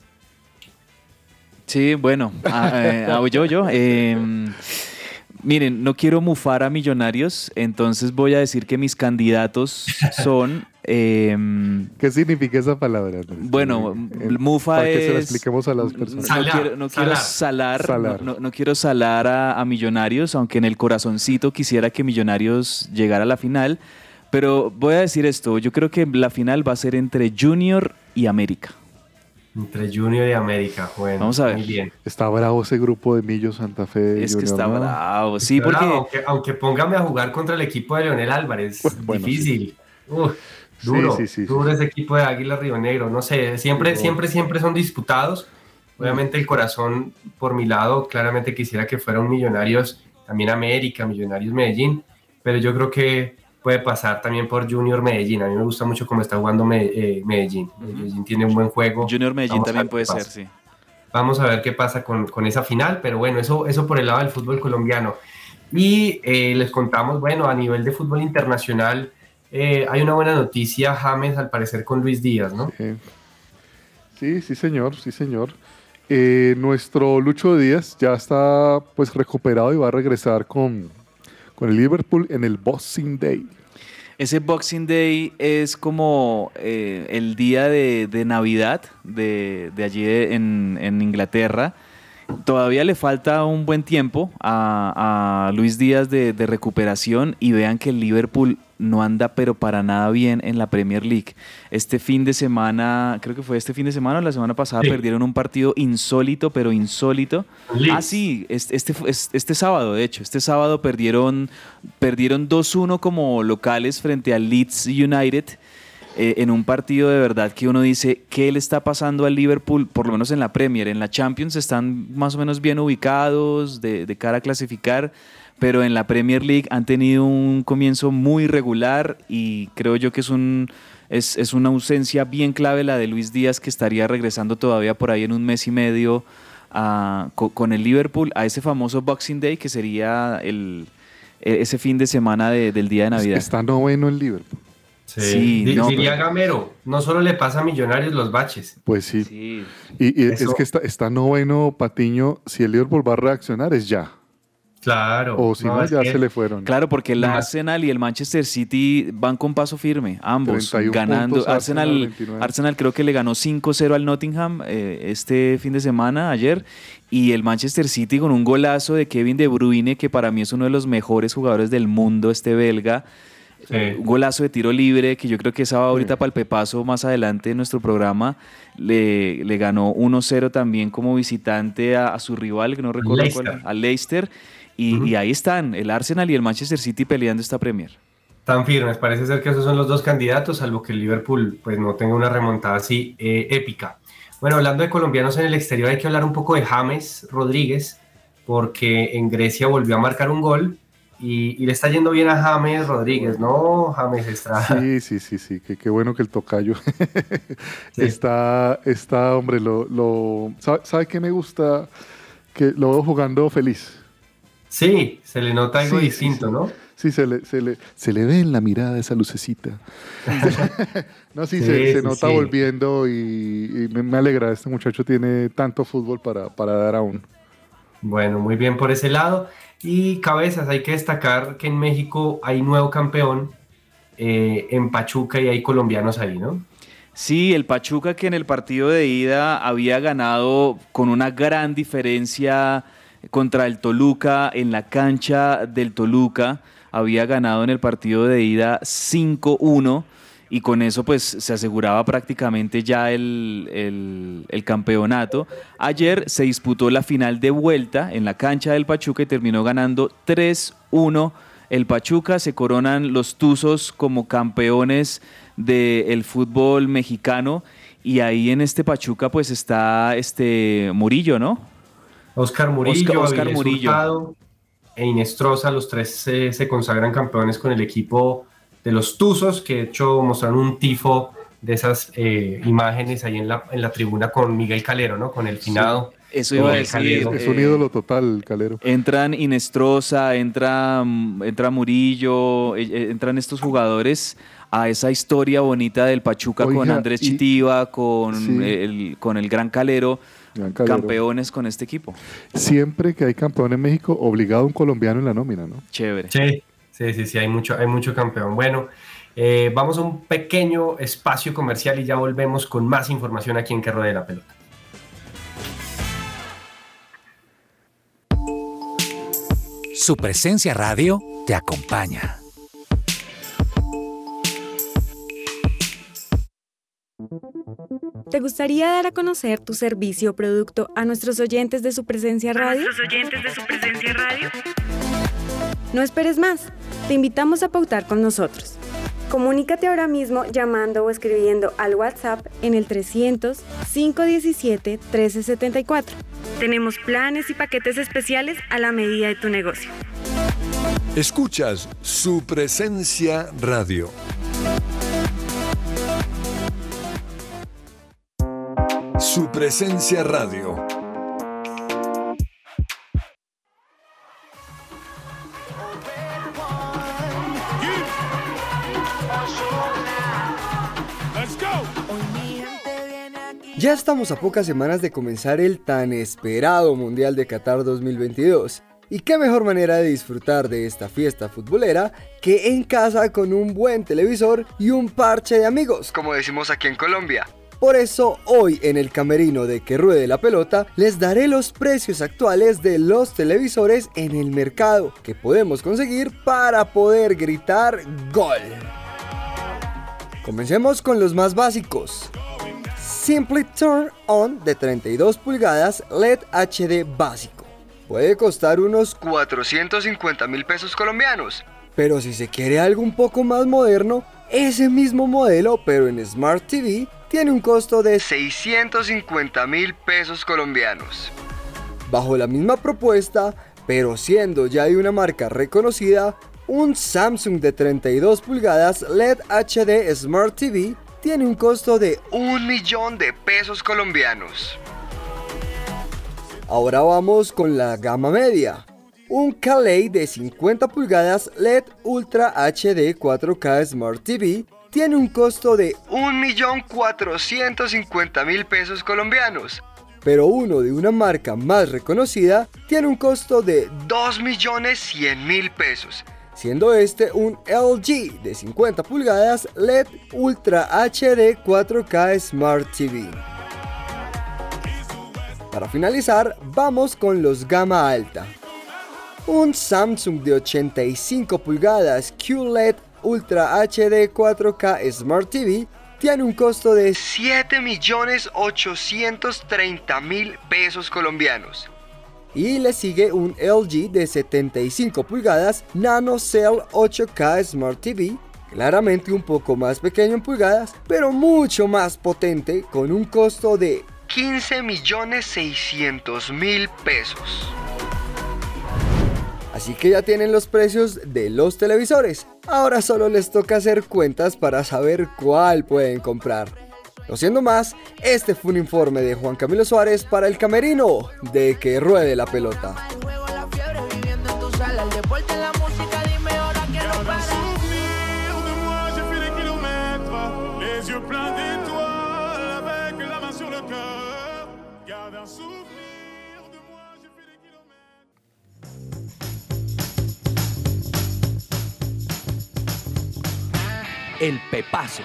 Sí, bueno, yo. Miren, no quiero mufar a Millonarios, entonces voy a decir que mis candidatos son... ¿Qué significa esa palabra? Bueno, mufa para es... que se lo expliquemos a las personas. No quiero salar a Millonarios, aunque en el corazoncito quisiera que Millonarios llegara a la final, pero voy a decir esto, yo creo que la final va a ser entre Junior y América. Entre Junior y América, bueno, vamos a ver. Muy bien. Está bravo ese grupo de Millos, Santa Fe. Es Junior, que está ¿no? bravo, sí, porque... porque... Aunque póngame a jugar contra el equipo de Leonel Álvarez, bueno, difícil. Sí. Duro ese equipo de Águila Río Negro, no sé, siempre son disputados. Obviamente el corazón, por mi lado, claramente quisiera que fuera un Millonarios, también América, Millonarios Medellín, pero yo creo que puede pasar también por Junior Medellín. A mí me gusta mucho cómo está jugando Medellín. Medellín tiene un buen juego. Junior Medellín también puede ser, sí. Vamos a ver qué pasa con esa final, pero bueno, eso por el lado del fútbol colombiano. Y les contamos, bueno, a nivel de fútbol internacional, hay una buena noticia, James, al parecer con Luis Díaz, ¿no? Sí, señor. Nuestro Lucho Díaz ya está pues recuperado y va a regresar con el Liverpool en el Boxing Day. Ese Boxing Day es como el día de Navidad de allí en Inglaterra. Todavía le falta un buen tiempo a Luis Díaz de recuperación, y vean que el Liverpool no anda pero para nada bien en la Premier League. Este fin de semana, creo que fue este fin de semana o la semana pasada, sí, perdieron un partido insólito, pero insólito. Sí, este sábado, de hecho, perdieron 2-1 como locales frente al Leeds United. En un partido de verdad que uno dice, ¿qué le está pasando al Liverpool? Por lo menos en la Premier. En la Champions están más o menos bien ubicados de cara a clasificar, pero en la Premier League han tenido un comienzo muy irregular, y creo yo que es una ausencia bien clave la de Luis Díaz, que estaría regresando todavía por ahí en un mes y medio con el Liverpool a ese famoso Boxing Day, que sería ese fin de semana del día de Navidad. Está noveno el Liverpool. Sí, diría Gamero, no solo le pasa a Millonarios los baches. Pues sí. Y es que está noveno, Patiño. Si el Liverpool va a reaccionar, es ya. Claro. O si no, ya se le fueron. Claro, porque el Arsenal y el Manchester City van con paso firme, ambos ganando. Puntos, Arsenal creo que le ganó 5-0 al Nottingham este fin de semana, ayer, y el Manchester City con un golazo de Kevin De Bruyne, que para mí es uno de los mejores jugadores del mundo, belga. Sí. Un golazo de tiro libre, que yo creo que esa va ahorita para el pepazo más adelante en nuestro programa. Le ganó 1-0 también como visitante a su rival, que no recuerdo cuál, a Leicester. Y ahí están, el Arsenal y el Manchester City peleando esta Premier. Tan firmes, parece ser que esos son los dos candidatos, salvo que el Liverpool pues no tenga una remontada así épica. Bueno, hablando de colombianos en el exterior, hay que hablar un poco de James Rodríguez, porque en Grecia volvió a marcar un gol y le está yendo bien a James Rodríguez, ¿no? James Estrada. Sí, qué bueno que el tocayo Sí. está, hombre, ¿sabe qué me gusta? Que lo veo jugando feliz. Sí, se le nota algo Sí, distinto, sí. ¿no? Sí, se le ve en la mirada esa lucecita. No, sí, se nota sí. volviendo y me alegra. Este muchacho tiene tanto fútbol para dar aún. Bueno, muy bien por ese lado. Y Cabezas, hay que destacar que en México hay nuevo campeón en Pachuca y hay colombianos ahí, ¿no? Sí, el Pachuca, que en el partido de ida había ganado con una gran diferencia contra el Toluca en la cancha del Toluca, había ganado en el partido de ida 5-1 y con eso pues se aseguraba prácticamente ya el campeonato. Ayer se disputó la final de vuelta en la cancha del Pachuca y terminó ganando 3-1 el Pachuca. Se coronan los Tuzos como campeones del fútbol mexicano y ahí en este Pachuca pues está Murillo, ¿no? Oscar Murillo, Oscar Avilés Murillo. Hurtado e Inestrosa, los tres se consagran campeones con el equipo de los Tuzos, que de hecho mostraron un tifo de esas imágenes ahí en la tribuna con Miguel Calero, ¿no? Con el finado. Eso iba a Miguel decir. Calero. Es un ídolo total, Calero. Entran Inestrosa, entra Murillo, entran estos jugadores a esa historia bonita del Pachuca. Oiga, con Andrés Chitiva, con Sí. con el Gran Calero, Gran Calero. campeones con este equipo. Siempre que hay campeón en México, obligado un colombiano en la nómina, ¿no? Chévere. Sí, hay mucho campeón. Bueno, vamos a un pequeño espacio comercial y ya volvemos con más información aquí en Que Ruede la Pelota. Su presencia radio te acompaña. ¿Te gustaría dar a conocer tu servicio o producto a nuestros oyentes de Su Presencia Radio? No esperes más. Te invitamos a pautar con nosotros. Comunícate ahora mismo llamando o escribiendo al WhatsApp en el 300-517-1374. Tenemos planes y paquetes especiales a la medida de tu negocio. Escuchas Su Presencia Radio. Su Presencia Radio. Ya estamos a pocas semanas de comenzar el tan esperado Mundial de Qatar 2022. Y qué mejor manera de disfrutar de esta fiesta futbolera que en casa con un buen televisor y un parche de amigos, como decimos aquí en Colombia. Por eso, hoy en el camerino de Que Ruede la Pelota, les daré los precios actuales de los televisores en el mercado que podemos conseguir para poder gritar ¡Gol! Comencemos con los más básicos. Simply Turn On de 32 pulgadas LED HD básico. Puede costar unos 450.000 pesos colombianos. Pero si se quiere algo un poco más moderno, ese mismo modelo, pero en Smart TV, tiene un costo de 650.000 pesos colombianos. Bajo la misma propuesta, pero siendo ya de una marca reconocida, un Samsung de 32 pulgadas LED HD Smart TV tiene un costo de 1.000.000 de pesos colombianos. Ahora vamos con la gama media. Un Calais de 50 pulgadas LED Ultra HD 4K Smart TV tiene un costo de 1.450.000 pesos colombianos. Pero uno de una marca más reconocida tiene un costo de 2.100.000 pesos. Siendo este un LG de 50 pulgadas LED Ultra HD 4K Smart TV. Para finalizar, vamos con los gama alta. Un Samsung de 85 pulgadas QLED Ultra HD 4K Smart TV tiene un costo de 7.830.000 pesos colombianos. Y le sigue un LG de 75 pulgadas Nano Cell 8K Smart TV, claramente un poco más pequeño en pulgadas, pero mucho más potente, con un costo de 15.600.000 pesos. Así que ya tienen los precios de los televisores. Ahora solo les toca hacer cuentas para saber cuál pueden comprar. No siendo más, este fue un informe de Juan Camilo Suárez para El Camerino de Que Ruede la Pelota. El pepazo.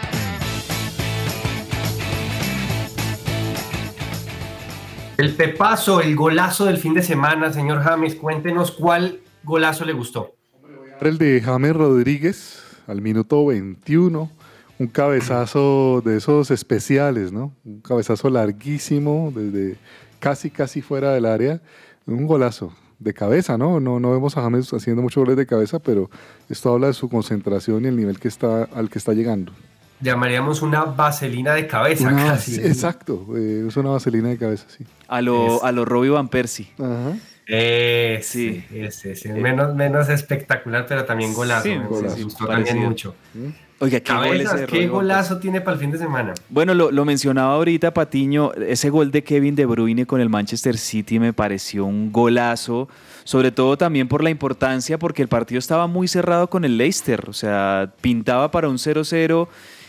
El pepazo, el golazo del fin de semana, señor James, cuéntenos cuál golazo le gustó. El de James Rodríguez al minuto 21, un cabezazo de esos especiales, ¿no? Un cabezazo larguísimo desde casi fuera del área, un golazo de cabeza, ¿no? No vemos a James haciendo muchos goles de cabeza, pero esto habla de su concentración y el nivel al que está llegando. Llamaríamos una vaselina de cabeza casi. Exacto, es una vaselina de cabeza, sí. A lo Robbie Van Persie. Ajá. Sí. Menos espectacular, pero también golazo. Sí, me gustó parecido. también mucho. Oiga, ¿Qué golazo tiene para el fin de semana? Bueno, lo mencionaba ahorita Patiño, ese gol de Kevin De Bruyne con el Manchester City me pareció un golazo, sobre todo también por la importancia, porque el partido estaba muy cerrado con el Leicester, o sea, pintaba para un 0-0.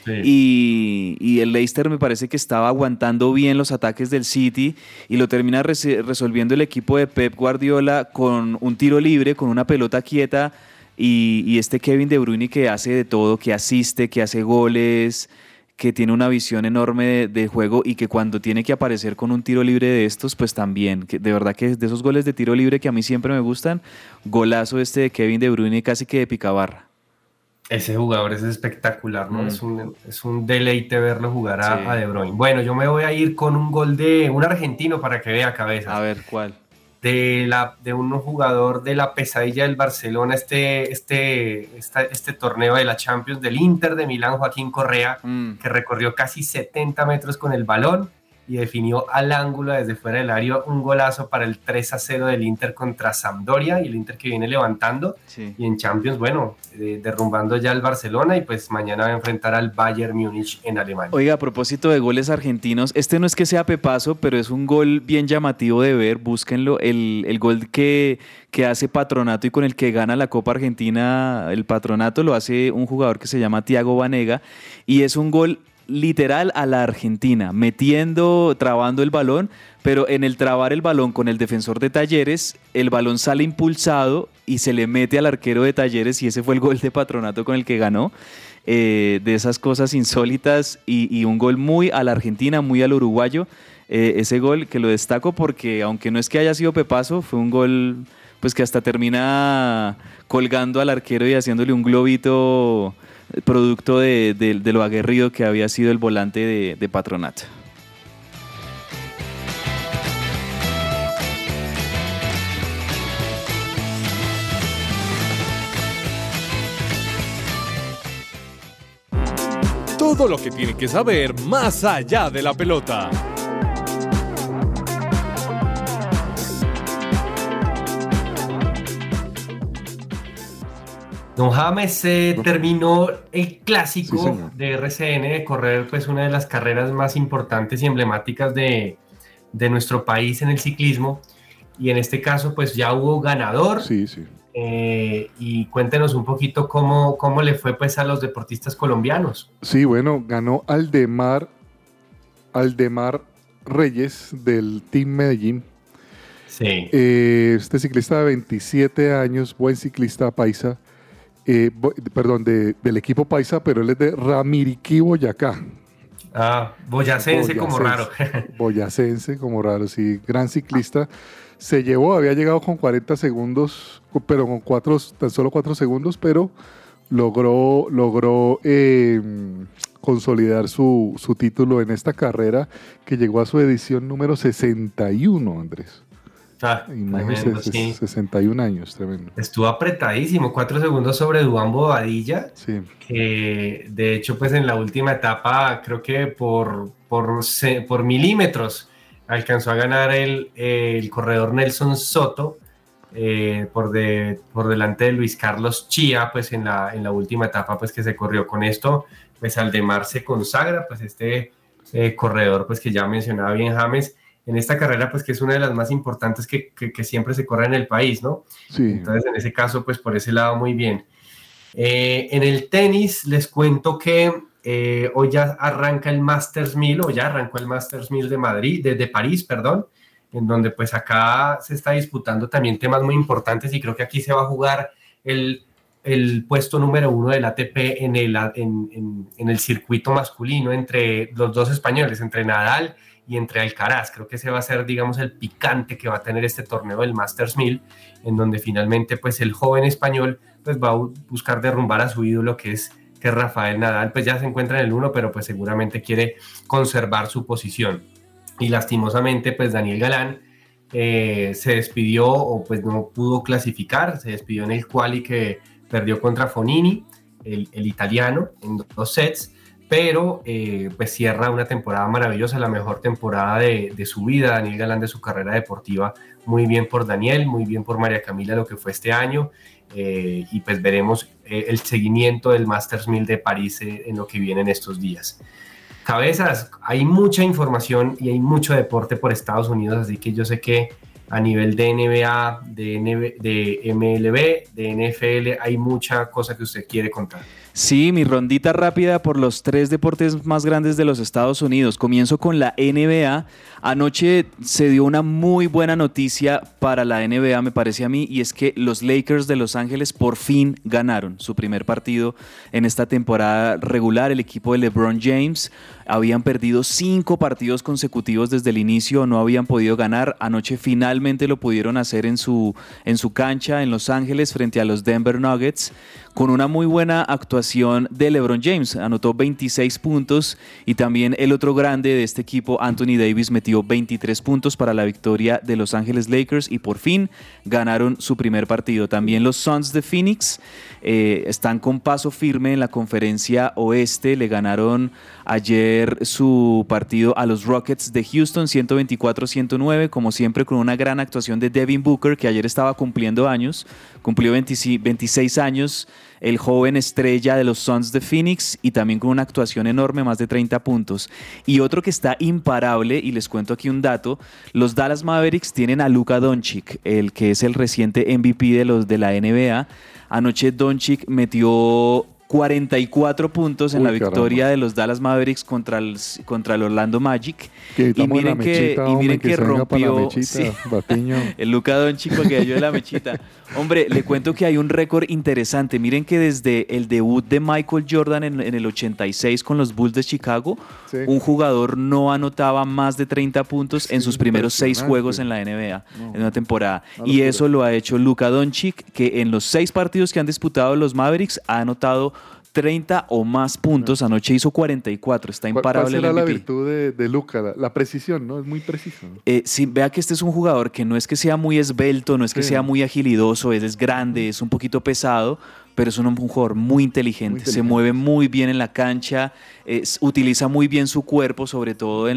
Sí. Y el Leicester me parece que estaba aguantando bien los ataques del City y lo termina resolviendo el equipo de Pep Guardiola con un tiro libre, con una pelota quieta y este Kevin De Bruyne que hace de todo, que asiste, que hace goles, que tiene una visión enorme de juego y que cuando tiene que aparecer con un tiro libre de estos, pues también, que de verdad que de esos goles de tiro libre que a mí siempre me gustan, golazo este de Kevin De Bruyne casi que de picabarra. Ese jugador es espectacular, ¿no? Es un deleite verlo jugar a De Bruyne. Bueno, yo me voy a ir con un gol de un argentino para que vea cabezas. A ver, ¿cuál? De un jugador de la pesadilla del Barcelona, este torneo de la Champions, del Inter de Milán, Joaquín Correa, que recorrió casi 70 metros con el balón y definió al ángulo desde fuera del área un golazo para el 3-0 del Inter contra Sampdoria, y el Inter que viene levantando, y en Champions, bueno, derrumbando ya al Barcelona, y pues mañana va a enfrentar al Bayern Múnich en Alemania. Oiga, a propósito de goles argentinos, este no es que sea pepazo, pero es un gol bien llamativo de ver, búsquenlo, el gol que hace Patronato y con el que gana la Copa Argentina, el Patronato lo hace un jugador que se llama Thiago Banega, y es un gol literal a la Argentina, trabando el balón, pero en el trabar el balón con el defensor de Talleres, el balón sale impulsado y se le mete al arquero de Talleres, y ese fue el gol de Patronato con el que ganó. De esas cosas insólitas y un gol muy a la Argentina, muy al uruguayo. Ese gol que lo destaco porque, aunque no es que haya sido pepazo, fue un gol pues que hasta termina colgando al arquero y haciéndole un globito, producto de lo aguerrido que había sido el volante de Patronato. Todo lo que tiene que saber más allá de la pelota. Don James, se terminó el clásico de RCN de correr pues una de las carreras más importantes y emblemáticas de nuestro país en el ciclismo, y en este caso pues ya hubo ganador. Sí. Y cuéntenos un poquito cómo le fue pues a los deportistas colombianos. Sí, bueno, ganó Aldemar Reyes del Team Medellín. Sí. Este ciclista de 27 años, buen ciclista paisa, del equipo paisa, pero él es de Ramiriquí, Boyacá. Boyacense como raro. Boyacense como raro, sí, gran ciclista. Había llegado con 40 segundos, pero con tan solo 4 segundos, pero logró consolidar su título en esta carrera que llegó a su edición número 61, Andrés. Tremendo, sí. 61 años, tremendo. Estuvo apretadísimo, 4 segundos sobre Duván Bobadilla, sí. Que de hecho pues en la última etapa creo que por milímetros alcanzó a ganar el corredor Nelson Soto, por delante de Luis Carlos Chía, pues en la última etapa pues que se corrió. Con esto, pues Aldemar se consagra, pues este corredor pues que ya mencionaba bien James, en esta carrera pues que es una de las más importantes que siempre se corre en el país, ¿no? Sí. Entonces en ese caso pues por ese lado muy bien. En el tenis les cuento que hoy ya arranca el Masters 1000, o ya arrancó el Masters 1000 de París, perdón, en donde pues acá se está disputando también temas muy importantes, y creo que aquí se va a jugar el puesto número 1 del ATP en el circuito masculino entre los dos españoles, entre Nadal y entre Alcaraz. Creo que ese va a ser, digamos, el picante que va a tener este torneo del Masters 1000, en donde finalmente pues el joven español pues va a buscar derrumbar a su ídolo, que es Rafael Nadal. Pues ya se encuentra en el 1, pero pues seguramente quiere conservar su posición. Y lastimosamente pues Daniel Galán se despidió, o pues no pudo clasificar, se despidió en el quali que perdió contra Fonini, el italiano, en 2 sets, pero pues cierra una temporada maravillosa, la mejor temporada de su vida, Daniel Galán, de su carrera deportiva. Muy bien por Daniel, muy bien por María Camila lo que fue este año, y pues veremos el seguimiento del Masters 1000 de París en lo que viene en estos días. Cabezas, hay mucha información y hay mucho deporte por Estados Unidos, así que yo sé que a nivel de NBA, de MLB, de NFL, hay mucha cosa que usted quiere contar. Sí, mi rondita rápida por los 3 deportes más grandes de los Estados Unidos. Comienzo con la NBA. Anoche se dio una muy buena noticia para la NBA, me parece a mí, y es que los Lakers de Los Ángeles por fin ganaron su primer partido en esta temporada regular. El equipo de LeBron James habían perdido 5 partidos consecutivos desde el inicio, no habían podido ganar. Anoche finalmente lo pudieron hacer en su cancha en Los Ángeles frente a los Denver Nuggets, con una muy buena actuación de LeBron James. Anotó 26 puntos, y también el otro grande de este equipo, Anthony Davis, metió 23 puntos para la victoria de Los Ángeles Lakers, y por fin ganaron su primer partido. También los Suns de Phoenix están con paso firme en la conferencia oeste. Le ganaron ayer su partido a los Rockets de Houston 124-109, como siempre con una gran actuación de Devin Booker, que ayer estaba cumpliendo años, cumplió 26 años, el joven estrella de los Suns de Phoenix, y también con una actuación enorme, más de 30 puntos. Y otro que está imparable, y les cuento aquí un dato, los Dallas Mavericks tienen a Luka Doncic, el que es el reciente MVP de la NBA. Anoche Doncic metió 44 puntos en la victoria de los Dallas Mavericks contra el Orlando Magic. Y miren que rompió mechita, el Luka Doncic, porque yo de la mechita. Hombre, le cuento que hay un récord interesante. Miren que desde el debut de Michael Jordan en el 86 con los Bulls de Chicago, sí, un jugador no anotaba más de 30 puntos en sus primeros 6 juegos en la NBA, en una temporada. Y eso lo ha hecho Luka Doncic, que en los 6 partidos que han disputado los Mavericks ha anotado 30 o más puntos. Anoche hizo 44, está imparable. ¿Cuál será la virtud de Luka? La precisión, ¿no? Es muy preciso, ¿no? Sí, vea que este es un jugador que no es que sea muy esbelto, no es que sea muy agilidoso, es grande, es un poquito pesado, pero es un jugador muy inteligente, se mueve muy bien en la cancha, utiliza muy bien su cuerpo, sobre todo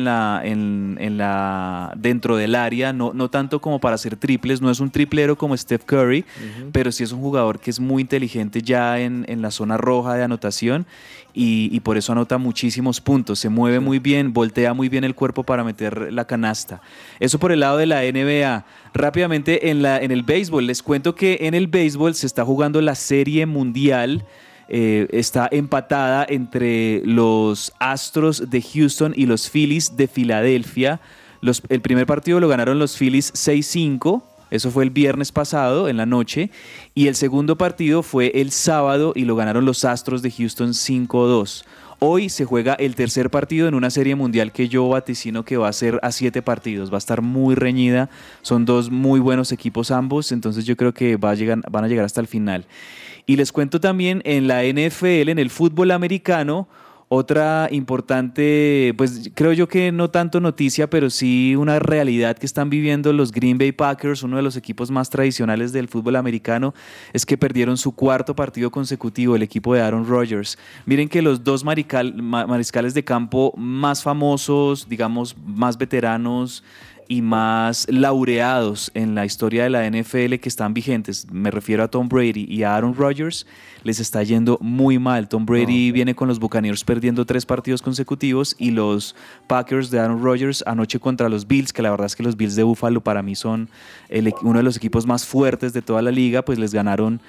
dentro del área, no tanto como para hacer triples, no es un triplero como Steph Curry, pero sí es un jugador que es muy inteligente ya en la zona roja de anotación, y por eso anota muchísimos puntos, se mueve muy bien, voltea muy bien el cuerpo para meter la canasta. Eso por el lado de la NBA. Rápidamente en el béisbol, les cuento que en el béisbol se está jugando la Serie Mundial. Está empatada entre los Astros de Houston y los Phillies de Filadelfia. El primer partido lo ganaron los Phillies 6-5. Eso fue el viernes pasado en la noche, y el segundo partido fue el sábado y lo ganaron los Astros de Houston 5-2. Hoy se juega el tercer partido en una serie mundial que yo vaticino que va a ser a 7 partidos, va a estar muy reñida, son 2 muy buenos equipos ambos, entonces yo creo que van a llegar hasta el final. Y les cuento también en la NFL, en el fútbol americano, otra importante, pues creo yo que no tanto noticia, pero sí una realidad que están viviendo los Green Bay Packers, uno de los equipos más tradicionales del fútbol americano, es que perdieron su 4º partido consecutivo, el equipo de Aaron Rodgers. Miren que los 2 mariscales de campo más famosos, digamos más veteranos, y más laureados en la historia de la NFL que están vigentes, me refiero a Tom Brady y a Aaron Rodgers, les está yendo muy mal. Tom Brady viene con los Buccaneers perdiendo 3 partidos consecutivos y los Packers de Aaron Rodgers anoche contra los Bills, que la verdad es que los Bills de Buffalo para mí son uno de los equipos más fuertes de toda la liga, pues les ganaron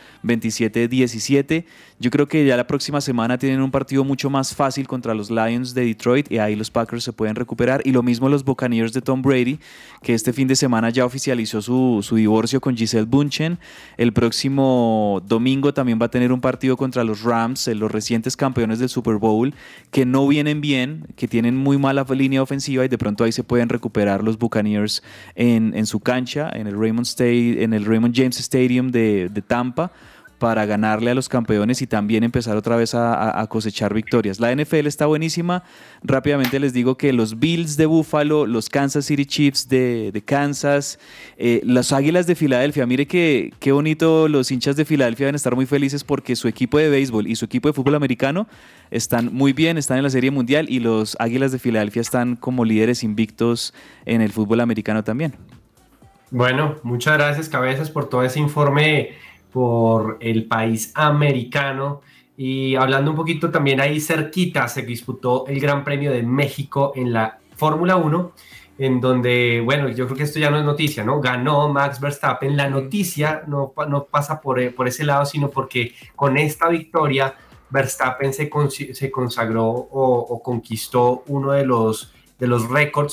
27-17. Yo creo que ya la próxima semana tienen un partido mucho más fácil contra los Lions de Detroit y ahí los Packers se pueden recuperar, y lo mismo los Buccaneers de Tom Brady, que este fin de semana ya oficializó su divorcio con Gisele Bündchen. El próximo domingo también va a tener un partido contra los Rams, los recientes campeones del Super Bowl, que no vienen bien, que tienen muy mala línea ofensiva, y de pronto ahí se pueden recuperar los Buccaneers en su cancha, en el Raymond James Stadium de Tampa, para ganarle a los campeones y también empezar otra vez a cosechar victorias. La NFL está buenísima. Rápidamente les digo que los Bills de Buffalo, los Kansas City Chiefs de Kansas, las Águilas de Filadelfia. Mire qué bonito, los hinchas de Filadelfia deben estar muy felices porque su equipo de béisbol y su equipo de fútbol americano están muy bien, están en la Serie Mundial, y los Águilas de Filadelfia están como líderes invictos en el fútbol americano también. Bueno, muchas gracias, Cabezas, por todo ese informe por el país americano. Y hablando un poquito también ahí cerquita, se disputó el Gran Premio de México en la Fórmula 1, en donde, bueno, yo creo que esto ya no es noticia, ¿no? Ganó Max Verstappen. La noticia no pasa por ese lado, sino porque con esta victoria Verstappen se consagró o conquistó uno de los récords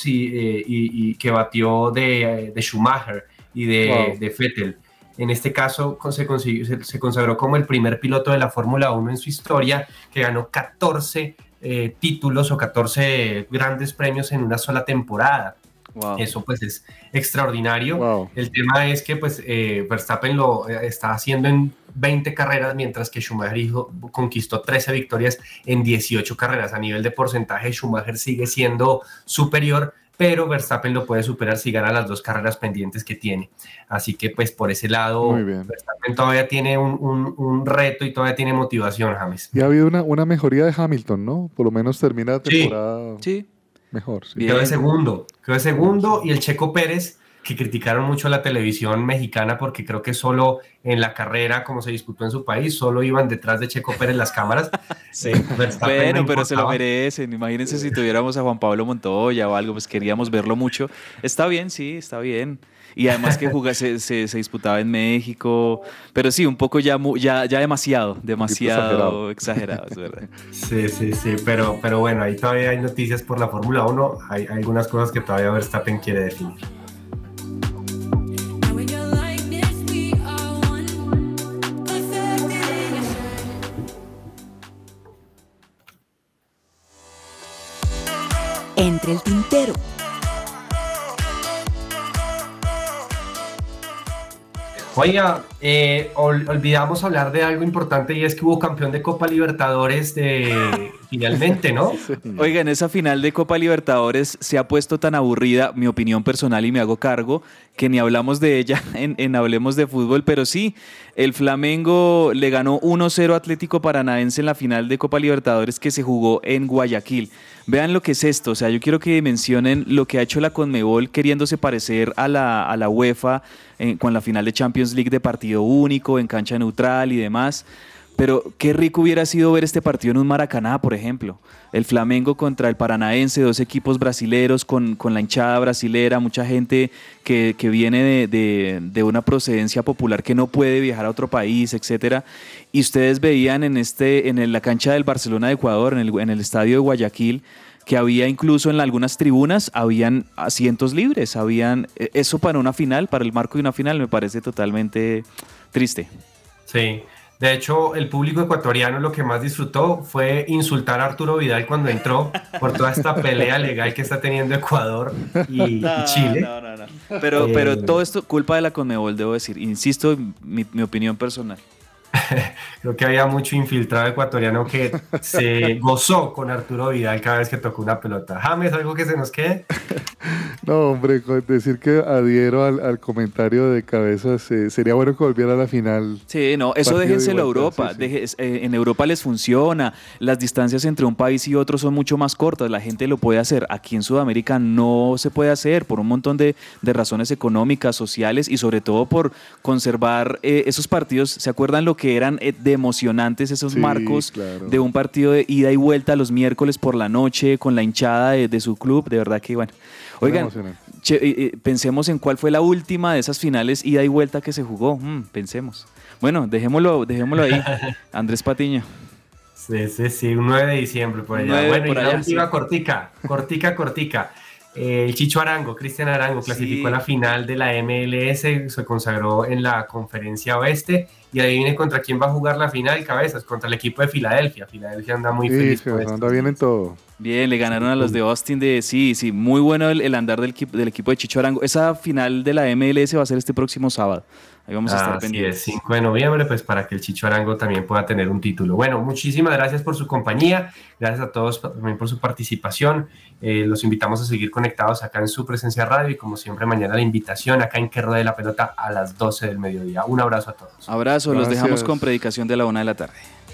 y que batió de Schumacher y de Vettel. En este caso se consagró como el primer piloto de la Fórmula 1 en su historia, que ganó 14 títulos o 14 grandes premios en una sola temporada. Wow. Eso pues es extraordinario. Wow. El tema es que pues Verstappen lo está haciendo en 20 carreras, mientras que Schumacher conquistó 13 victorias en 18 carreras. A nivel de porcentaje, Schumacher sigue siendo superior, pero Verstappen lo puede superar si gana las 2 carreras pendientes que tiene. Así que pues por ese lado Verstappen todavía tiene un reto y todavía tiene motivación, James. Y ha habido una mejoría de Hamilton, ¿no? Por lo menos termina la temporada mejor. Sí. Quedó de segundo, y el Checo Pérez, que criticaron mucho a la televisión mexicana porque creo que solo en la carrera, como se disputó en su país, solo iban detrás de Checo Pérez las cámaras. Sí. Bueno, pero se lo merecen. Imagínense si tuviéramos a Juan Pablo Montoya o algo, pues queríamos verlo mucho. Está bien, sí, está bien. Y además que se disputaba en México, pero sí, un poco ya demasiado exagerado, es verdad. Sí, pero bueno, ahí todavía hay noticias por la Fórmula 1, hay algunas cosas que todavía Verstappen quiere definir. Entre el tintero. Oiga, olvidamos hablar de algo importante, y es que hubo campeón de Copa Libertadores finalmente, ¿no? Oiga, en esa final de Copa Libertadores se ha puesto tan aburrida, mi opinión personal, y me hago cargo, que ni hablamos de ella en Hablemos de Fútbol, pero sí, el Flamengo le ganó 1-0 a Atlético Paranaense en la final de Copa Libertadores que se jugó en Guayaquil. Vean lo que es esto, o sea, yo quiero que mencionen lo que ha hecho la Conmebol queriéndose parecer a la UEFA con la final de Champions League de partido único, en cancha neutral y demás. Pero qué rico hubiera sido ver este partido en un Maracaná, por ejemplo. El Flamengo contra el Paranaense, 2 equipos brasileros con la hinchada brasilera, mucha gente que viene de una procedencia popular que no puede viajar a otro país, etcétera. Y ustedes veían en la cancha del Barcelona de Ecuador, en el estadio de Guayaquil, que había incluso en algunas tribunas, habían asientos libres, eso para una final, para el marco de una final, me parece totalmente triste. Sí. De hecho, el público ecuatoriano lo que más disfrutó fue insultar a Arturo Vidal cuando entró por toda esta pelea legal que está teniendo Ecuador y Chile. No. Pero todo esto culpa de la Conmebol, debo decir. Insisto, mi opinión personal. creo que había mucho infiltrado ecuatoriano que se gozó con Arturo Vidal cada vez que tocó una pelota. James, ¿algo que se nos quede? No, hombre, con decir que adhiero al comentario de Cabezas, sería bueno que volviera a la final. Sí, no, eso Partido déjenselo a de vuelta, Europa. sí. En Europa les funciona, las distancias entre un país y otro son mucho más cortas, la gente lo puede hacer. Aquí en Sudamérica no se puede hacer por un montón de razones económicas, sociales y sobre todo por conservar esos partidos. ¿Se acuerdan lo que eran de emocionantes esos Sí, marcos claro. de un partido de ida y vuelta los miércoles por la noche con la hinchada de su club? De verdad que bueno. Oigan, Emocionante. pensemos en cuál fue la última de esas finales ida y vuelta que se jugó. Pensemos. Bueno, dejémoslo ahí. Andrés Patiño. Sí, un 9 de diciembre por allá. 9 Bueno, por y la allá, última sí. cortica. El Chicho Arango, Cristian Arango, clasificó Sí. a la final de la MLS, se consagró en la Conferencia Oeste y adivine contra quién va a jugar la final, Cabezas, contra el equipo de Filadelfia. Filadelfia anda muy Sí, feliz que por anda esto. bien en todo. Bien, le ganaron a los de Austin sí, muy bueno el andar del equipo de Chicho Arango. Esa final de la MLS va a ser este próximo sábado. Ahí vamos a estar Así pendientes. es, 5 de noviembre, pues para que el Chicho Arango también pueda tener un título. Bueno, muchísimas gracias por su compañía, gracias a todos también por su participación. Los invitamos a seguir conectados acá en Su Presencia Radio y como siempre mañana la invitación acá en Que Ruede la Pelota a las 12 del mediodía. Un abrazo a todos. Abrazo, los Gracias. dejamos con predicación de la 1 de la tarde.